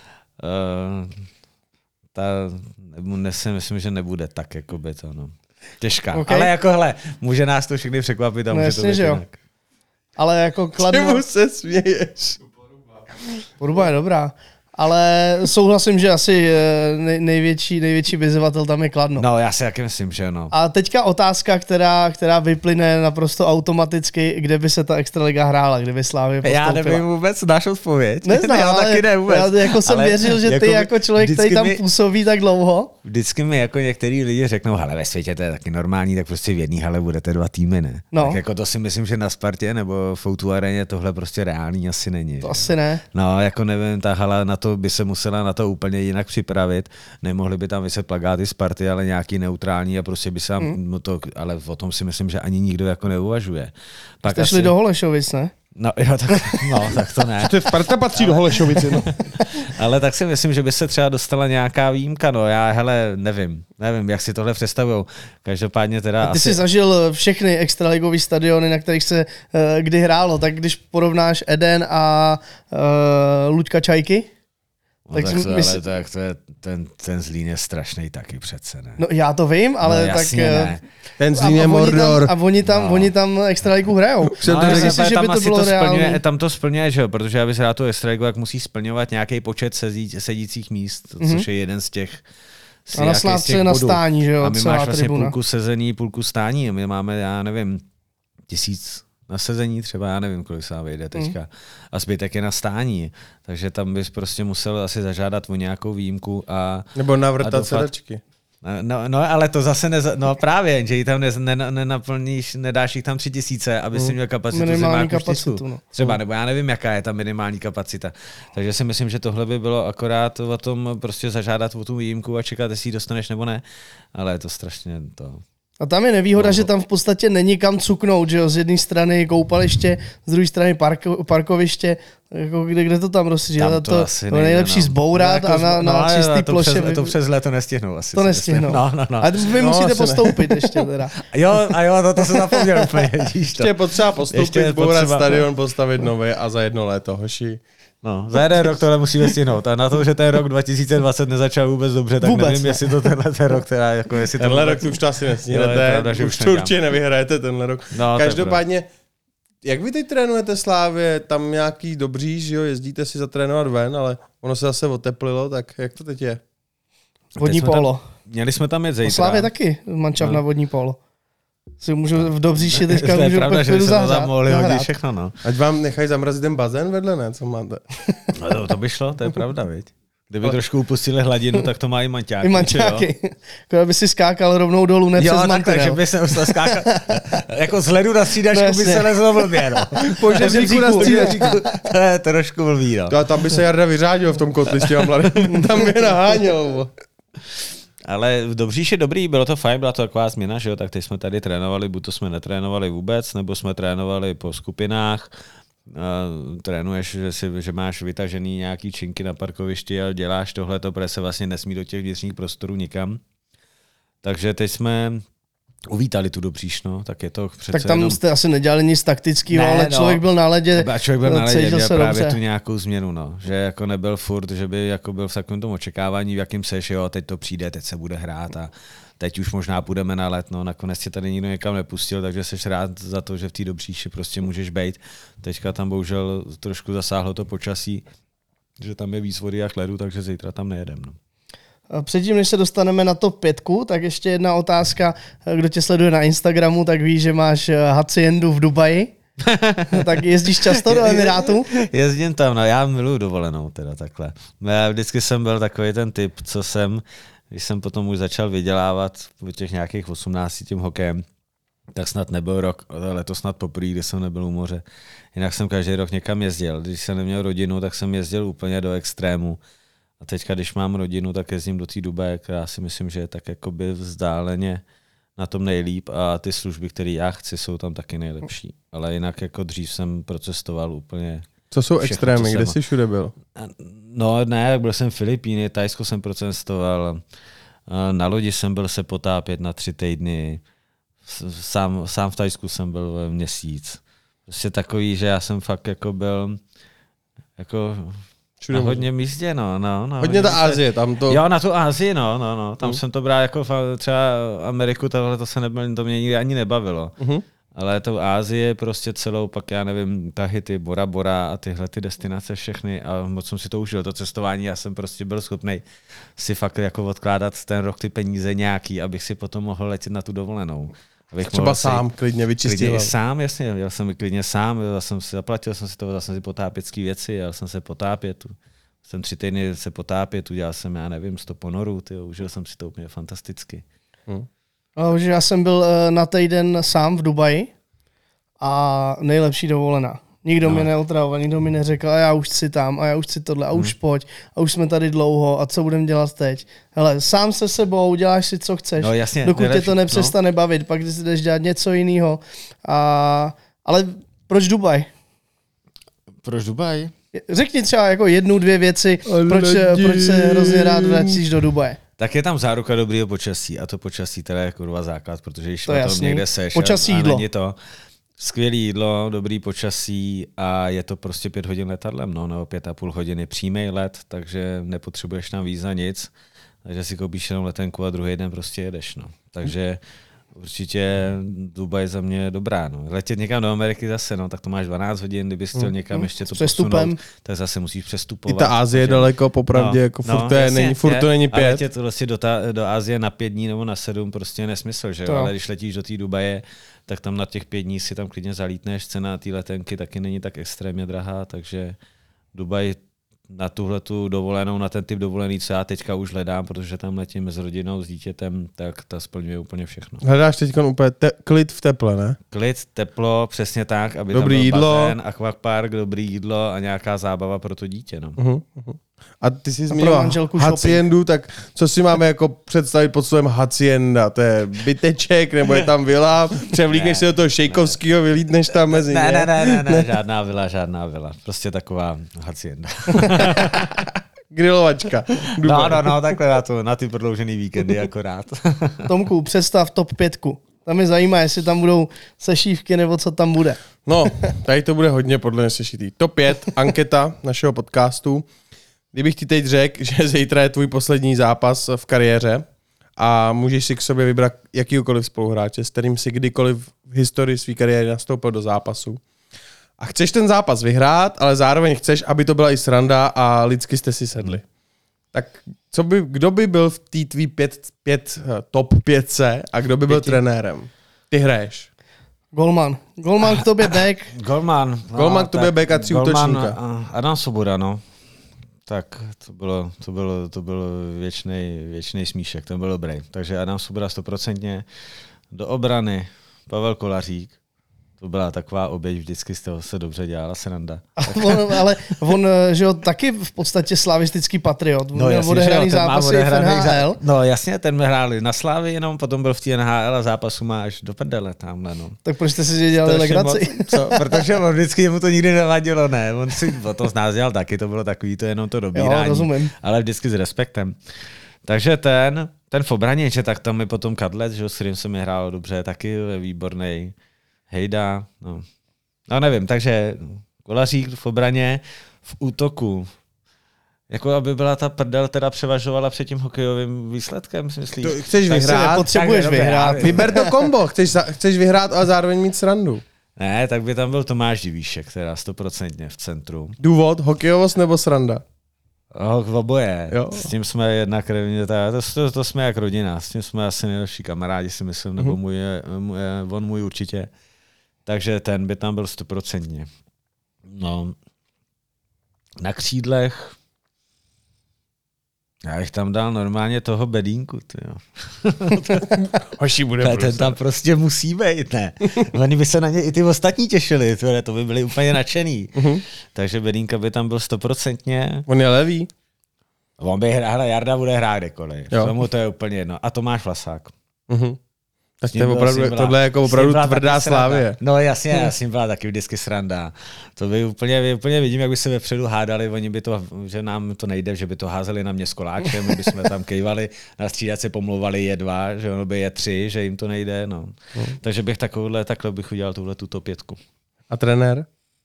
uh, ta, ne, si myslím, že nebude tak, jako by to, no. Těžká. Okay. Ale jako, hele, může nás to všechny překvapit a no, může to být jinak. Ale jako Kladno... Čemu se směješ? Poruba je dobrá. Ale souhlasím, že asi nej, největší, největší vyzývatel tam je Kladno. No, já si taky myslím, že no. A teďka otázka, která, která vyplyne naprosto automaticky, kde by se ta extraliga hrála, kde by Slávě postoupila. Já nevím vůbec náš odpověď. Neznám, já ale taky ne vůbec. Já jako jsem ale věřil, že ty jako, jako člověk, který tam mi, působí tak dlouho. Vždycky mi jako některý lidi řeknou, hele, ve světě to je taky normální, tak prostě v jedné hale budete dva týmy, ne? No. Tak jako to si myslím, že na Spartě nebo v O dva Areně tohle prostě reálný asi není. To že? asi ne. No, jako nevím, ta hala na to by se musela na to úplně jinak připravit. Nemohli by tam vyset plakáty Sparty, ale nějaký neutrální a prostě by se tam, mm. no to, ale o tom si myslím, že ani nikdo jako neuvažuje. Pak jste asi... šli do Holešovic, ne? No, jo, tak, no, tak to ne. To Sparta patří do Holešovici, no. Ale tak si myslím, že by se třeba dostala nějaká výjimka, no já, hele, nevím, nevím, jak si tohle představujou. Každopádně teda a ty asi... jsi zažil všechny extraligové stadiony, na kterých se uh, kdy hrálo, tak když porovnáš Eden a uh, Luďka Čajky, No, tak, tak to, mysl... ale tak to je, ten, ten Zlín je strašný taky přece, ne? No já to vím, ale no, tak... Ne. Ten Zlín je Mordor. A oni tam, no. oni tam extraligu hrajou. No, no, myslím si, že by to bylo to splňuje, tam to splňuje, že jo? Protože abys hrál tu extraligu, jak musí splňovat nějaký počet sedí, sedících míst, mm-hmm. což je jeden z těch... A na Slávce je na stání, že jo? A my máš vlastně tribuna. půlku sezení, půlku stání. My máme, já nevím, tisíc... na sezení třeba, já nevím, kolik se vám vyjde teďka. Mm. A zbytek je na stání. Takže tam bys prostě musel asi zažádat o nějakou výjimku a... Nebo navrtat sedačky. No, no, ale to zase, neza, no právě, že ji tam ne, ne, nenaplníš, nedáš jich tam tři tisíce, aby si měl kapacitu minimální kapacitu, no. Třeba, nebo já nevím, jaká je ta minimální kapacita. Takže si myslím, že tohle by bylo akorát o tom prostě zažádat o tu výjimku a čekat, jestli ji dostaneš nebo ne, ale je to strašně to... A tam je nevýhoda, no, že tam v podstatě není kam cuknout, že jo, z jedné strany koupaliště, z druhé strany parko, parkoviště, jako kde, kde to tam rozšíří, to, to, to nejlepší no. zbourat no, jako, a na, na no, čistý to ploše. Přes, to přes léto nestihnou asi. To nestihnou. No, no, no. A vy no, musíte postoupit ne. ještě teda. Jo, a jo, to, to se zapomněl úplně. Ještě je potřeba postoupit, zbourat potřeba... stadion, postavit nový a za jedno léto, hoši. No, za jeden rok tohle musíme stihnout. A na to, že ten rok dva tisíce dvacet nezačal vůbec dobře, tak vůbec nevím, ne. jestli to tenhle ten rok, teda, jako jestli tenhle to rok to už to asi nesníhnete, už, už to určitě nevyhrajete tenhle rok. No, každopádně, jak vy teď trénujete Slávě, tam nějaký dobří, že jo, jezdíte si zatrénovat ven, ale ono se zase oteplilo, tak jak to teď je? Vodní polo. Tam, měli jsme tam jet zítra. Slávě taky mančav no. na vodní polo. Si můžu v Dobříši teďka můžu pravda, že zahrát. Mohli hodit všechno, no. Ať vám nechají zamrazit ten bazén vedle, ne? Co máte? No, to, to by šlo, to je pravda, viď? Kdyby ale... trošku upustili hladinu, tak to má i manťáky. I manťáky. Když by si skákal rovnou dolů, ne jo, přes tak, mantinel. takže by se musel skákat. Jako z hledu na střídačku no, by se lezlo blbě, no. Po žebříku na střídačku. To je trošku blbý, no. To, tam by se Jarda vyřádil v tom kotli s těma mladým. Tam by naháněl. Ale v Dobříši dobrý, bylo to fajn, byla to taková změna, že jo, tak teď jsme tady trénovali, buď to jsme netrénovali vůbec, nebo jsme trénovali po skupinách. Uh, trénuješ, že, si, že máš vytažený nějaký činky na parkovišti a děláš tohleto, protože se vlastně nesmí do těch vnitřních prostorů nikam. Takže teď jsme uvítali tu Dobříš, no, tak je to přece Tak tam jenom... jste asi nedělali nic taktického, ne, ale no, člověk byl na ledě, a člověk byl na ledě, dělal právě dobře. tu nějakou změnu, no, že jako nebyl furt, že by jako byl v takovém tom očekávání, v jakým seš, jo, teď to přijde, teď se bude hrát a teď už možná půjdeme na let, no, nakonec tě tady nikdo někam nepustil, takže seš rád za to, že v té Dobříši prostě můžeš bejt. Teďka tam bohužel trošku zasáhlo to počasí, že tam je víc vody a ledu, takže zítra tam nejedem, no. Předtím, než se dostaneme na top pětku, tak ještě jedna otázka. Kdo tě sleduje na Instagramu, tak ví, že máš haciendu v Dubaji. Tak jezdíš často do Emirátu? Jezdím tam, no já miluju dovolenou teda takhle. Já vždycky jsem byl takový ten typ, co jsem, když jsem potom už začal vydělávat po těch nějakých osmnácti tím hokejem, tak snad nebyl rok, letos snad poprvé, kdy jsem nebyl u moře. Jinak jsem každý rok někam jezdil. Když jsem neměl rodinu, tak jsem jezdil úplně do extrému. A teďka, když mám rodinu, tak jezdím do té Dubaje, která si myslím, že je tak jakoby vzdáleně na tom nejlíp a ty služby, které já chci, jsou tam taky nejlepší. Ale jinak jako dřív jsem procestoval úplně. Co jsou všechno, extrémy? Kde jsi všude byl? No ne, byl jsem v Filipíny, Thajsko jsem procestoval, na lodi jsem byl se potápět na tři týdny, sám, sám v Thajsku jsem byl měsíc. Prostě takový, že já jsem fakt jako byl jako... Na hodně místě, no. no, no hodně ta Asie, tam to... Jo, na tu Asii, no, no, no. Tam uh. jsem to bral jako třeba Ameriku, tohle to se nebyl, to mě nikdy ani nebavilo. Uh-huh. Ale to Asie prostě celou, pak já nevím, Tahiti, Bora Bora a tyhle ty destinace všechny a moc jsem si to užil, to cestování, já jsem prostě byl schopný si fakt jako odkládat ten rok ty peníze nějaký, abych si potom mohl letět na tu dovolenou. Třeba sám, si, klidně vyčistil. Klidně sám, jasně, jel jsem klidně sám, já jsem si zaplatil jsem si to, dal jsem si potápěcké věci, jel jsem se potápět, jsem tři týdny se potápět, udělal jsem, já nevím, sto ponorů, tyjo, užil jsem si to úplně fantasticky. Hmm. No, že já jsem byl na týden sám v Dubaji a nejlepší dovolená. Nikdo no. mi neotravoval, nikdo mi neřekl, a já už chci tam, a já už chci tohle, a už hmm. pojď, a už jsme tady dlouho, a co budeme dělat teď? Hele, sám se sebou, děláš si, co chceš, no, jasně, dokud nejlepší, tě to nepřestane no. bavit, pak když si jdeš dělat něco jiného. A... Ale proč Dubaj? Proč Dubaj? Řekni třeba jako jednu, dvě věci, proč, proč se hrozně rád vracíš do Dubaje. Tak je tam záruka dobrýho počasí, a to počasí teda je kurva základ, protože když to na tom někde seš počasí a, a jídlo. není to... Skvělé jídlo, dobrý počasí a je to prostě pět hodin letadlem, no, nebo pět a půl hodiny přímý let, takže nepotřebuješ tam víza nic, takže si koupíš jenom letenku a druhý den prostě jedeš, no. Takže určitě Dubaj za mě je dobrá, no. Letět někam do Ameriky zase, no, tak to máš dvanáct hodin, kdybys chtěl někam ještě to posunout, tak zase musíš přestupovat. I ta Asie je daleko, popravdě, no, jako furt, no, to je, jasně, není, furt je, to není pět. Ale letět vlastně do, ta, do Asie na pět dní nebo na sedm prostě je nesmysl, že jo, ale když letíš do té Dubaje, tak tam na těch pět dní si tam klidně zalítneš, cena té letenky taky není tak extrémně drahá, takže Dubaj na tuhle tu dovolenou, na ten typ dovolený, co já teďka už hledám, protože tam letím s rodinou, s dítětem, tak ta splňuje úplně všechno. Hledáš teď úplně te- klid v teple, ne? Klid, teplo, přesně tak, aby dobrý tam byl jídlo. bazén, akvapark, dobrý jídlo a nějaká zábava pro to dítě. No. Uh-huh, uh-huh. A ty jsi zmínila haciendu, tak co si máme jako představit pod slovem hacienda? To je byteček, nebo je tam vila? Převlíkneš si do toho šejkovského, vylítneš tam mezi ne, ně? Ne, ne, ne, ne, ne, žádná vila, žádná vila. Prostě taková hacienda. Grilovačka. No, no, no, takhle na, to, na ty prodloužený víkendy akorát. Tomku, představ top pětku. Tam mě zajímá, jestli tam budou sešívky, nebo co tam bude. No, tady to bude hodně podle mě sešitý. top pět, anketa našeho podcastu. Kdybych ti teď řekl, že zítra je tvůj poslední zápas v kariéře a můžeš si k sobě vybrat jakýkoliv spoluhráče, s kterým si kdykoliv v historii své kariéry nastoupil do zápasu. A chceš ten zápas vyhrát, ale zároveň chceš, aby to byla i sranda a lidsky jste si sedli. Tak co by, kdo by byl v té tvý pět, pět, top pětce a kdo by byl Pěti. trenérem? Ty hraješ. Golman. Golman k tobě back. Golman. No, Golman k tobě back a tři útočníka. Adam Svoboda, no. Tak to bylo, to bylo, to bylo věčnej, věčnej smíšek, ten byl dobrý. Takže Adam Svoboda stoprocentně. Do obrany Pavel Kolařík. To byla taková oběť, vždycky z toho se dobře dělala sranda. On, ale on, že jo, taky v podstatě slavistický patriot. On no, měl odehraný zápasy v N H L. Zá... No jasně, ten hráli na Slávy jenom, potom byl v té N H L a zápasu má až do prdele tamhle. No. Tak proč jste si dělali legraci? Co? Protože on vždycky mu to nikdy nevadilo, ne. On si o to z nás dělal taky, to bylo takový, to jenom to dobírání. Jo, rozumím. Ale vždycky s respektem. Takže ten, ten v obraně, že tak tam mi potom Kadlec, že, s kterým se mi hrálo dobře, taky výborný. Hejda, no. No nevím, takže Kolařík v obraně, v útoku. Jako aby byla ta prdel teda převažovala před tím hokejovým výsledkem, si myslíš? To chceš tak vyhrát, potřebuješ tak, vyhrát. Vyber to kombo, chceš, chceš vyhrát a zároveň mít srandu. Ne, tak by tam byl Tomáš Divíšek, teda stoprocentně v centru. Důvod, hokejovost nebo sranda? Oh, oboje. Jo. S tím jsme jedna krevně, to, to, to jsme jak rodina, s tím jsme asi nejlepší kamarádi, si myslím, nebo můj, můj, on můj určitě. Takže ten by tam byl stoprocentně. No, na křídlech já bych tam dal normálně toho Bedínku. Hoši bude ten, ten tam prostě musí být, ne? Oni by se na ně i ty ostatní těšili, tyhle, to by byli úplně nadšený. Uh-huh. Takže Bedínka by tam byl stoprocentně. On je levý. On by hrál, Jarda bude hrát kdekoliv. Tomu to je úplně jedno. A Tomáš Vlasák. Uh-huh. Tak to je opravdu, byla, tohle je jako opravdu tvrdá Slávě. No jasně, já s ním byla taky vždycky sranda. To by úplně, úplně vidím, jak by se vepředu hádali, oni by to, že nám to nejde, že by to házeli na mě s koláčem, my bychom tam kejvali, na střídaci pomlouvali je dva, že ono by je tři, že jim to nejde. No. Hmm. Takže bych takovouhle, takhle bych udělal tuhle tuto pětku. A trenér?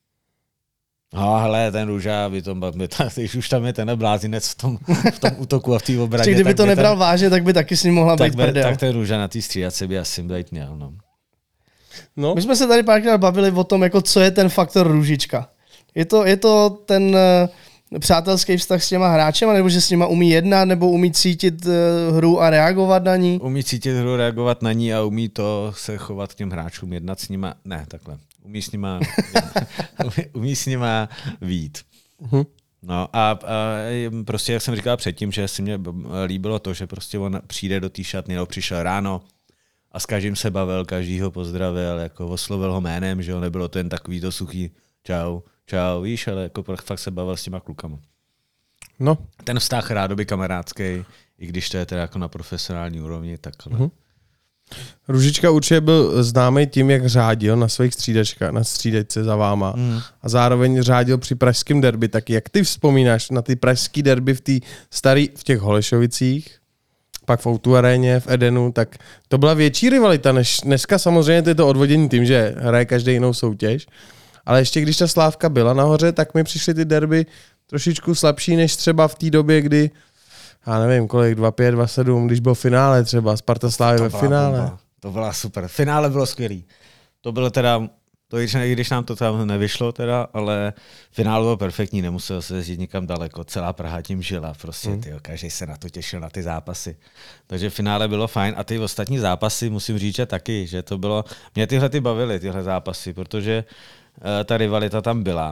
No, hele, ten Růža, by to, by to, když už tam je ten blázinec v tom, v tom útoku a v té obraně. Ještě kdyby to by nebral ten, vážně, tak by taky s ním mohla tak být by, prdel. Tak ten Růža na té střídaci by asi být měl, no. no. My jsme se tady párkrát bavili o tom, jako co je ten faktor Růžička. Je to, je to ten uh, přátelský vztah s těma hráčema, nebo že s nima umí jednat, nebo umí cítit uh, hru a reagovat na ní? Umí cítit hru, reagovat na ní a umí to se chovat k těm hráčům, jednat s nima, ne, takhle. Umí s nima, umí, umí s nima vít. Uh-huh. No a, a prostě, jak jsem říkal předtím, že si mě líbilo to, že prostě on přijde do té šatny, no, přišel ráno a s každým se bavil, každýho pozdravil, jako oslovil ho jménem, že jo, nebylo to jen takový to suchý čau, čau, víš, ale jako fakt se bavil s těma klukama. No. Ten vztah rádoby kamarádský, i když to je teda jako na profesionální úrovni, takhle. Uh-huh. Růžička určitě byl známý tím, jak řádil na svých střídačkách, na střídačce za váma. Mm. A zároveň řádil při pražském derby. Tak jak ty vzpomínáš na ty pražský derby v té starý, v těch Holešovicích, pak v Outu aréně, v Edenu, tak to byla větší rivalita, než dneska samozřejmě to je to odvodění tím, že hraje každý jinou soutěž. Ale ještě když ta Slávka byla nahoře, tak mi přišly ty derby trošičku slabší, než třeba v té době, kdy já nevím, kolik, dva pět, dva sedm, když byl finále třeba, Sparta Slávy ve finále. Bomba. To byla super. Finále bylo skvělý. To bylo teda, to i když nám to tam nevyšlo teda, ale finále bylo perfektní, nemusel se jezdit nikam daleko. Celá Praha tím žila, prostě, mm. tyjo, každý se na to těšil, na ty zápasy. Takže finále bylo fajn a ty ostatní zápasy musím říct, že taky, že to bylo, mě tyhle ty bavily, tyhle zápasy, protože uh, ta rivalita tam byla.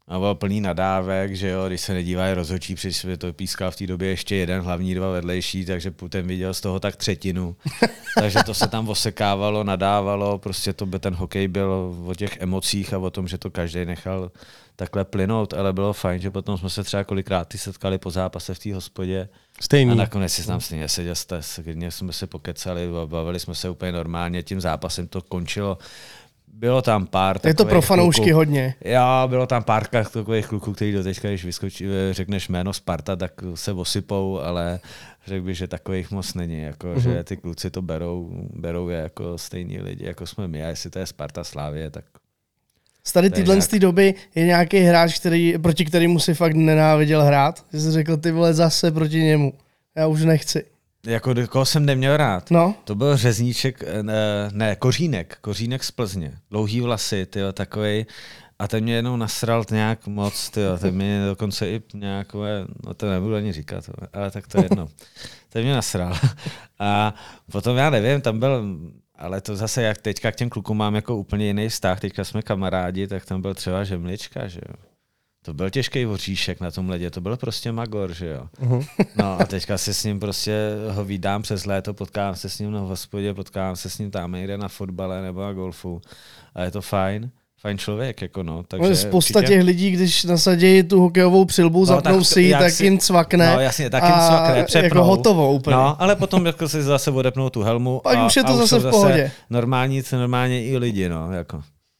A byl plný nadávek, že jo, když se nedívají rozhodčí, protože to pískal v té době ještě jeden, hlavní dva vedlejší, takže ten viděl z toho tak třetinu. Takže to se tam osekávalo, nadávalo, prostě to by ten hokej byl o těch emocích a o tom, že to každý nechal takhle plynout, ale bylo fajn, že potom jsme se třeba kolikrát setkali po zápase v té hospodě. Stejný. A nakonec si tam stejně seděl, klidně jsme se pokecali, bavili jsme se úplně normálně, tím zápasem to končilo. Bylo tam pár Je to pro fanoušky kluků. hodně. Já, bylo tam pár takových kluků, který do teďka, když vyskočí, řekneš jméno Sparta, tak se osypou, ale řekl bych, že takových moc není. Jako, mm-hmm. Že ty kluci to berou, berou je jako stejní lidi, jako jsme my. A jestli to je Sparta Slavie, tak... Z tady tyhle nějak... z té doby je nějaký hráč, který, proti kterému si fakt nenáviděl hrát. Že jsi řekl, ty vole, zase proti němu. Já už nechci. Jako koho jsem neměl rád. No. To byl Řezníček, ne, ne, Kořínek, Kořínek z Plzně. Dlouhý vlasy, tyjo, takovej. A ten mě jednou nasral nějak moc, tyjo, ten mě dokonce i nějakové, no to nebudu ani říkat, ale tak to je jedno. Ten mě nasral. A potom já nevím, tam byl, ale to zase, jak teďka k těm klukům mám jako úplně jiný vztah, teďka jsme kamarádi, tak tam byl třeba Žemlička, že jo. To byl těžký voříšek na tom ledě, to byl prostě magor, že jo. Uh-huh. No a teďka se s ním prostě ho vídám přes léto, potkávám se s ním na hospodě, potkávám se s ním tam někde na fotbale nebo na golfu a je to fajn. Fajn člověk, jako no. Takže spousta určitě... těch lidí, když nasadí tu hokejovou přilbu, no, zapnou tak, si ji, tak si... jim cvakne. No jasně, tak jim cvakne, přepnou. Jako hotovo úplně. No, ale potom jako si zase odepnou tu helmu. Pak a, už je to a zase už v pohodě. Zase normální, normálně i lidi, no, jako.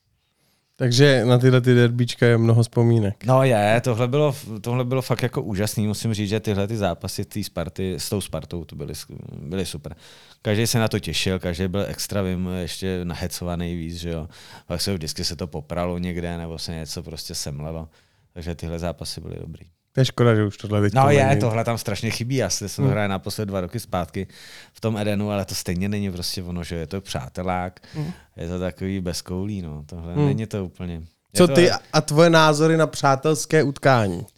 Takže na tyhle ty derbíčka je mnoho vzpomínek. No je, tohle bylo, tohle bylo fakt jako úžasný, musím říct, že tyhle ty zápasy tý Sparty, s tou Spartou to byly, byly super. Každý se na to těšil, každý byl extra, vím, ještě nahecovaný víc, že jo. Pak se vždycky se to popralo někde, nebo se něco prostě semlelo. Takže tyhle zápasy byly dobrý. To je škoda, že už tohle teď No je, není. Tohle tam strašně chybí. Já jsem hmm. hraje naposled dva roky zpátky v tom Edenu, ale to stejně není prostě ono, že je to přátelák, hmm. je to takový bez koulí, no. Tohle hmm. není to úplně. Je Co to... ty a tvoje názory na přátelské utkání?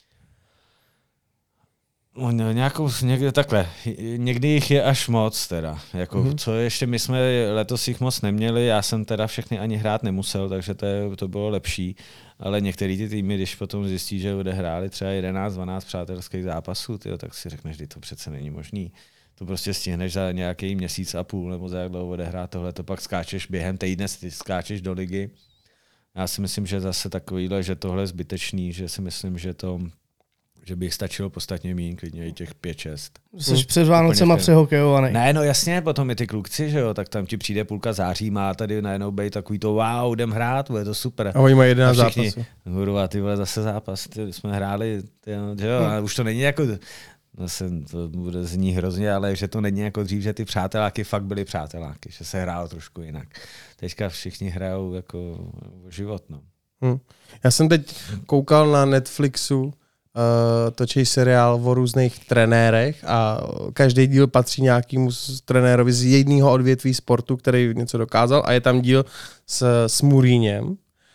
No, nějakou, někde takhle, někdy jich je až moc teda, jako mm-hmm. co ještě my jsme letos jich moc neměli, já jsem teda všechny ani hrát nemusel, takže to, je, to bylo lepší, ale některý ty týmy, když potom zjistí, že odehráli třeba jedenáct dvanáct přátelských zápasů, tyjo, tak si řekneš, že to přece není možný. To prostě stihneš za nějaký měsíc a půl, nebo za jak dlouho odehrát tohle, to pak skáčeš během týdne, skáčeš do ligy. Já si myslím, že zase takovýhle, že tohle je zbytečný, že si myslím, že to že bych stačilo podstatně méně, klidně i těch pět šest. Jsi hmm. před Vánocema přehokejovaný. Ne, no jasně, potom i ty klukci, že jo, tak tam ti přijde půlka září, má tady najednou být takový to wow, jdem hrát, bude to super. A oni mají jedenáct zápasů. Kurva, ty vole, zase zápas, ty jsme hráli, ty, že jo, hmm. a už to není jako, zase to bude znít hrozně, ale že to není jako dřív, že ty přáteláky fakt byly přáteláky, že se hrálo trošku jinak. Teďka všichni hrajou jako život, no. Hmm. Já jsem teď koukal na Netflixu, Uh, točí seriál o různých trenérech a každý díl patří nějakému trenérovi z jedného odvětví sportu, který něco dokázal a je tam díl s, s Muríněm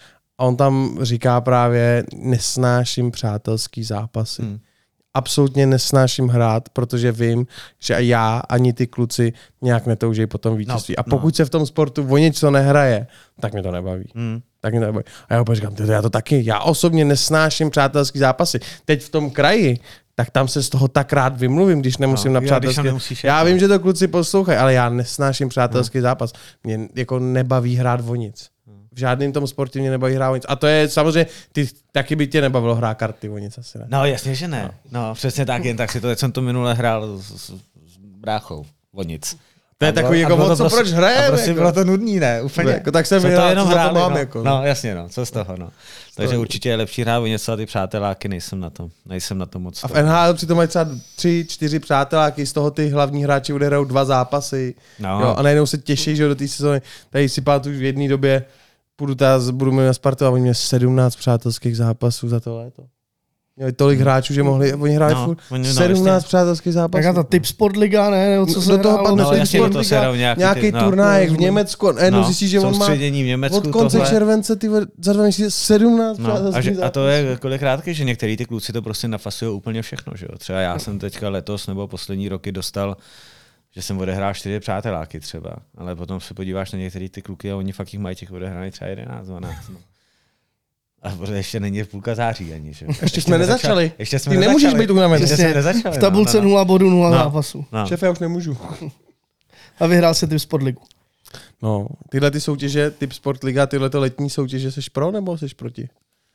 a on tam říká právě nesnáším přátelský zápasy. Hmm. Absolutně nesnáším hrát, protože vím, že já ani ty kluci nějak netouží po tom vítězství. No, a pokud no. se v tom sportu o něco nehraje, tak mě to nebaví. Hmm. Tak mě to nebaví. A já opět říkám, já to taky, já osobně nesnáším přátelský zápasy. Teď v tom kraji, tak tam se z toho tak rád vymluvím, když nemusím no, na přátelský. Já, já vím, že to kluci poslouchají, ale já nesnáším přátelský hmm. zápas. Mě jako nebaví hrát o nic. V žádném tom sportě mě nebaví hrát o nic. A to je samozřejmě, ty taky by tě nebavilo hrát karty o nic asi ne. No jasně, že ne. No, no přesně tak, jen tak si to, teď jsem to minule hrál s, s, s bráchou o nic. To je a takový, bylo, jako, co prostě, proč hraje? A prostě jako. bylo to nudný, ne? Úplně. Jako, tak jsem vyhrál, jenom co hráli, to mám, no. jako. No jasně, no, co z toho, no. Takže určitě je lepší hrát o něco a ty přáteláky nejsem na tom. Nejsem na tom moc. A v N H L přitom mají třeba tři, čtyři přáteláky, z toho ty hlavní hráči odehrajou dva zápasy. No. Jo, a najednou se těší, že do té sezóny. Tady si pamatuju v jedné době půjdu, taz, budu mít na Spartu a oni měli sedmnáct přátelských zápasů za to léto. Měli tolik hráčů, že mohli, oni hráli no, furt oni, no, sedmnáct přátelských zápasů. Jaká ta Tip Sport Liga, ne? O co se do toho padne no, jasně, Sport to Liga, se nějaký, nějaký no, turnajek v Německu. A no, zjistí, že on má v Německu, od konce tohle. července ty za dva měsíce sedmnáct no, přátelských a, že, zápasů. A to je kolikrát, že některý ty kluci to prostě nafasují úplně všechno. Že jo? Třeba já jsem teďka letos nebo poslední roky dostal, že jsem odehrál čtyři přáteláky třeba, ale potom se podíváš na některé ty kluky a oni fakt jich mají těch odehraných třeba jedenáct, dvanáct. No. A ještě není půlka září ani, že? Ještě, ještě jsme nezačali. Ještě jsme Ty nezačali. nemůžeš být unavený. Ještě jsme nezačali. V tabulce no, no. nula bodů, nula No. zápasů. No. Šéfe, já už nemůžu. A vyhrál si Tip Sport Ligu. No, tyhle ty soutěže, Tip Sport Liga, tyhle to letní soutěže, seš pro nebo seš proti?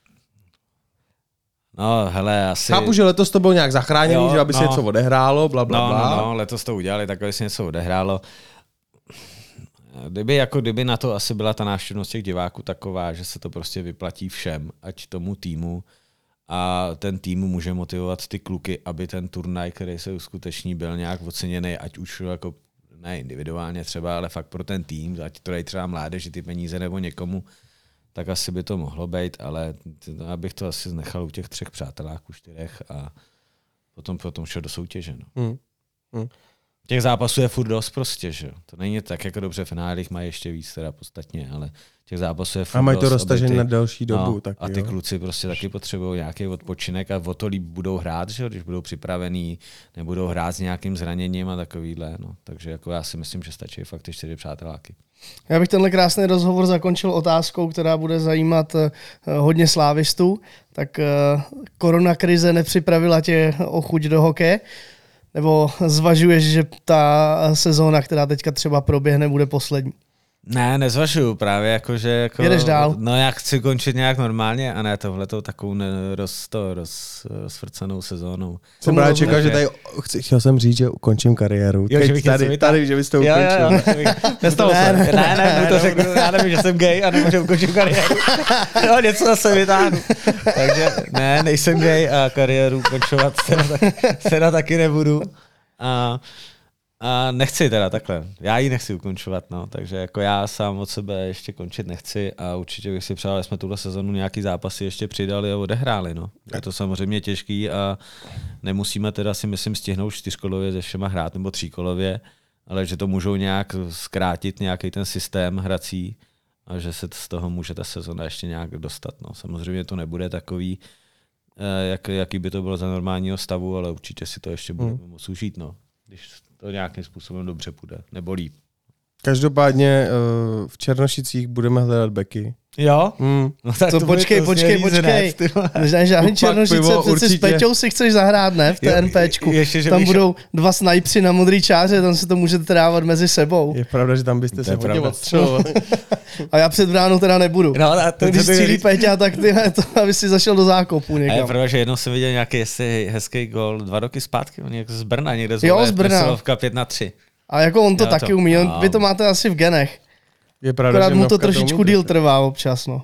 No, hele, asi... Chápu, že letos to bylo nějak zachráněný, Jo, že aby no. se něco odehrálo, bla, bla, No, bla. no, no, letos to udělali, takhle se něco odehrálo. Kdyby, jako kdyby na to asi byla ta návštěvnost těch diváků taková, že se to prostě vyplatí všem, ať tomu týmu, a ten tým může motivovat ty kluky, aby ten turnaj, který se uskuteční, byl nějak oceněný, ať už jako ne individuálně třeba, ale fakt pro ten tým, ať to dají třeba mládeži ty peníze nebo někomu, tak asi by to mohlo být, ale já bych to asi nechal u těch třech přáteláků, čtyřech a potom, potom šel do soutěže. No. Hmm. Hmm. Těch zápasů je furt dost prostě, že jo. To není tak jako dobře, v finálích mají ještě víc teda podstatně, ale těch zápasů je furt A mají to dost, roztažené aby na delší dobu. no, Tak a ty jo. kluci prostě taky potřebují nějaký odpočinek a o to líp budou hrát, že jo, když budou připravení, nebudou hrát s nějakým zraněním a takovýhle. No. Takže jako já si myslím, že stačí fakt ty čtyři přáteláky. Já bych tenhle krásný rozhovor zakončil otázkou, která bude zajímat uh, hodně slávistů. Tak uh, koronakrize nepřipravila tě o chuť do hokeje? Nebo zvažuješ, že ta sezóna, která teďka třeba proběhne, bude poslední? Ne, nezvažuju právě, jako, že jako, Jedeš dál? No já chci končit nějak normálně a ne tohletou takovou ne, roz, to, roz, rozfrcenou sezónou. Jsem právě čekal, že tady chci, chtěl jsem říct, že ukončím kariéru. Jo, že bych tady, něco tady, že byste ukončil. Jo, jo, jo. Nestalo se. Ne, ne, ne, to řeknu, já nevím, že jsem gay a nemůžu ukončit kariéru. Jo, něco zase vytáhnu. Takže ne, nejsem gay a kariéru ukončovat teda taky nebudu. A A nechci teda takhle. Já ji nechci ukončovat, no. Takže jako já sám od sebe ještě končit nechci a určitě bych si přál, že jsme tuhle sezonu nějaký zápasy ještě přidali a odehráli, no. Je to samozřejmě těžký a nemusíme teda si myslím stihnout čtyřkolově se všema hrát nebo tříkolově, ale že to můžou nějak zkrátit nějaký ten systém hrací a že se z toho může ta sezona ještě nějak dostat, no. Samozřejmě to nebude takový, jak, jaký by to bylo za normálního stavu, ale určitě si to ještě budeme hmm. moct užít, no. Když to nějakým způsobem dobře půjde, nebo líp. Každopádně v Černošicích budeme hledat beky. Jo? Hmm. No tak to, to počkej, počkej, počkej. Než žádný Černošice, přeci s Peťou si chceš zahrát, ne? V té NPčku. Ještě, tam budou dva snajpři na modrý čáře, tam se to můžete dávat mezi sebou. Je pravda, že tam byste se hodně odstřelovali. A já před bránou teda nebudu. No, a to, když střílí Peťa, tak ty, to, aby si zašel do zákopu někam. A je pravda, že jednou jsem viděl nějaký hezký gól dva roky zpátky, někde z Brna, někde z jo, z Brna. pět na tři. A jako on to jo, taky to. umí, on, vy to máte asi v genech. Je pravda, akorát že mu to trošičku díl trvá občas, no.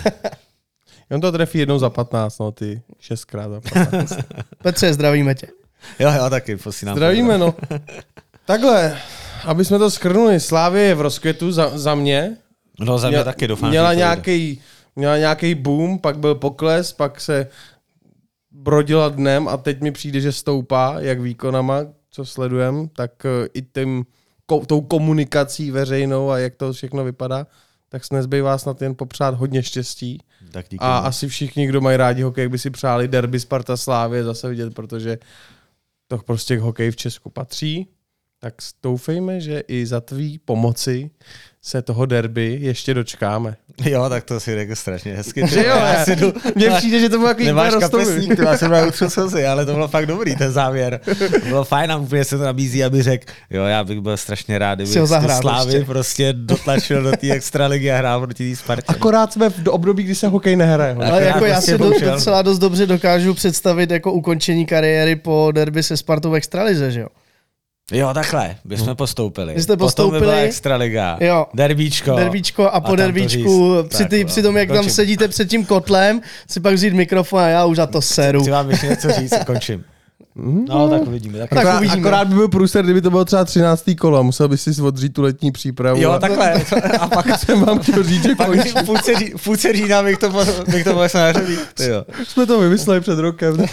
On to trefí jednou za patnáct, no, ty šestkrát za patnáct. Petře, zdravíme tě. Jo, jo, taky, posílám. Zdravíme, no. Takhle, aby jsme to skrnuli, Slávie je v rozkvětu za, za mě. No, za mě Měl, taky doufám, měla nějaký, měla nějaký boom, pak byl pokles, pak se brodila dnem a teď mi přijde, že stoupá, jak výkonama, co sledujem, tak i tím tou komunikací veřejnou a jak to všechno vypadá, tak nezbývá snad jen popřát hodně štěstí. Tak a asi všichni, kdo mají rádi hokej, by si přáli derby Sparta Slávie zase vidět, protože to prostě k hokeji v Česku patří. Tak doufejme, že i za tvý pomoci se toho derby ještě dočkáme. Jo, tak to si řekl strašně hezky. Že jo, já si jdu, mně přijde, že to bylo takový nemáš kapesník, ty máš mnou slzy, ale to bylo fakt dobrý, ten závěr. To bylo fajn a úplně se to nabízí, aby řekl, jo, já bych byl strašně rád, kdyby to Slávy prostě dotlačil do té extraligy a hrál proti té Spartě. Akorát jsme v období, kdy se hokej nehraje. Ale ale jako já si do, docela dost dobře dokážu představit jako ukončení kariéry po derby se Spartou v extralize, že jo? Jo, takhle, bychom postoupili. Vy jste postoupili. Potom by byla extraliga, jo. derbíčko. Derbíčko a po a derbíčku, při, ty, při tom, jak končím. Tam sedíte před tím kotlem, si pak vzít mikrofon a já už za to seru. Chci vám ještě něco říct, končím. No, tak uvidíme. Tak, tak akorát, uvidíme. Akorát by byl průser, kdyby to bylo třeba třináctý kolo a musel by si odřít tu letní přípravu. Jo, a takhle. A pak jsem vám chtěl říct, že končí. V půlce října bych to mohl snažit. Jsme to vymysleli před rokem.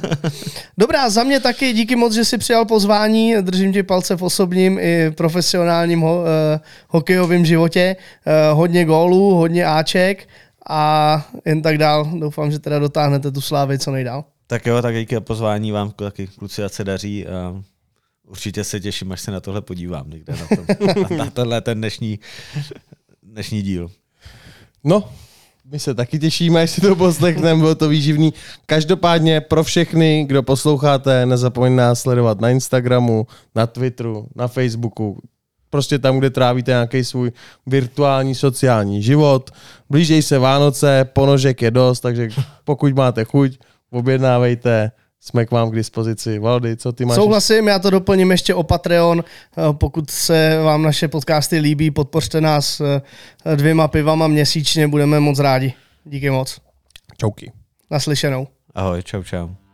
Dobrá, za mě taky díky moc, že jsi přijal pozvání. Držím ti palce v osobním i profesionálním ho, uh, hokejovém životě. Uh, hodně gólů, hodně áček a jen tak dál. Doufám, že teda dotáhnete tu Slávy co nejdál. Tak jo, tak díky pozvání vám taky kluci, ať se daří a určitě se těším, až se na tohle podívám někde na, to, na tohle ten dnešní, dnešní díl. No, My se taky těšíme, až si to poslechneme, bylo to výživný. Každopádně pro všechny, kdo posloucháte, nezapomeňte nás sledovat na Instagramu, na Twitteru, na Facebooku, prostě tam, kde trávíte nějaký svůj virtuální sociální život. Blížejí se Vánoce, ponožek je dost, takže pokud máte chuť, objednávejte, jsme k vám k dispozici. Valdy, co ty máš? Souhlasím, já to doplním ještě o Patreon. Pokud se vám naše podcasty líbí, podpořte nás dvěma pivama měsíčně, budeme moc rádi. Díky moc. Čauky. Naslyšenou. Ahoj, čau, čau.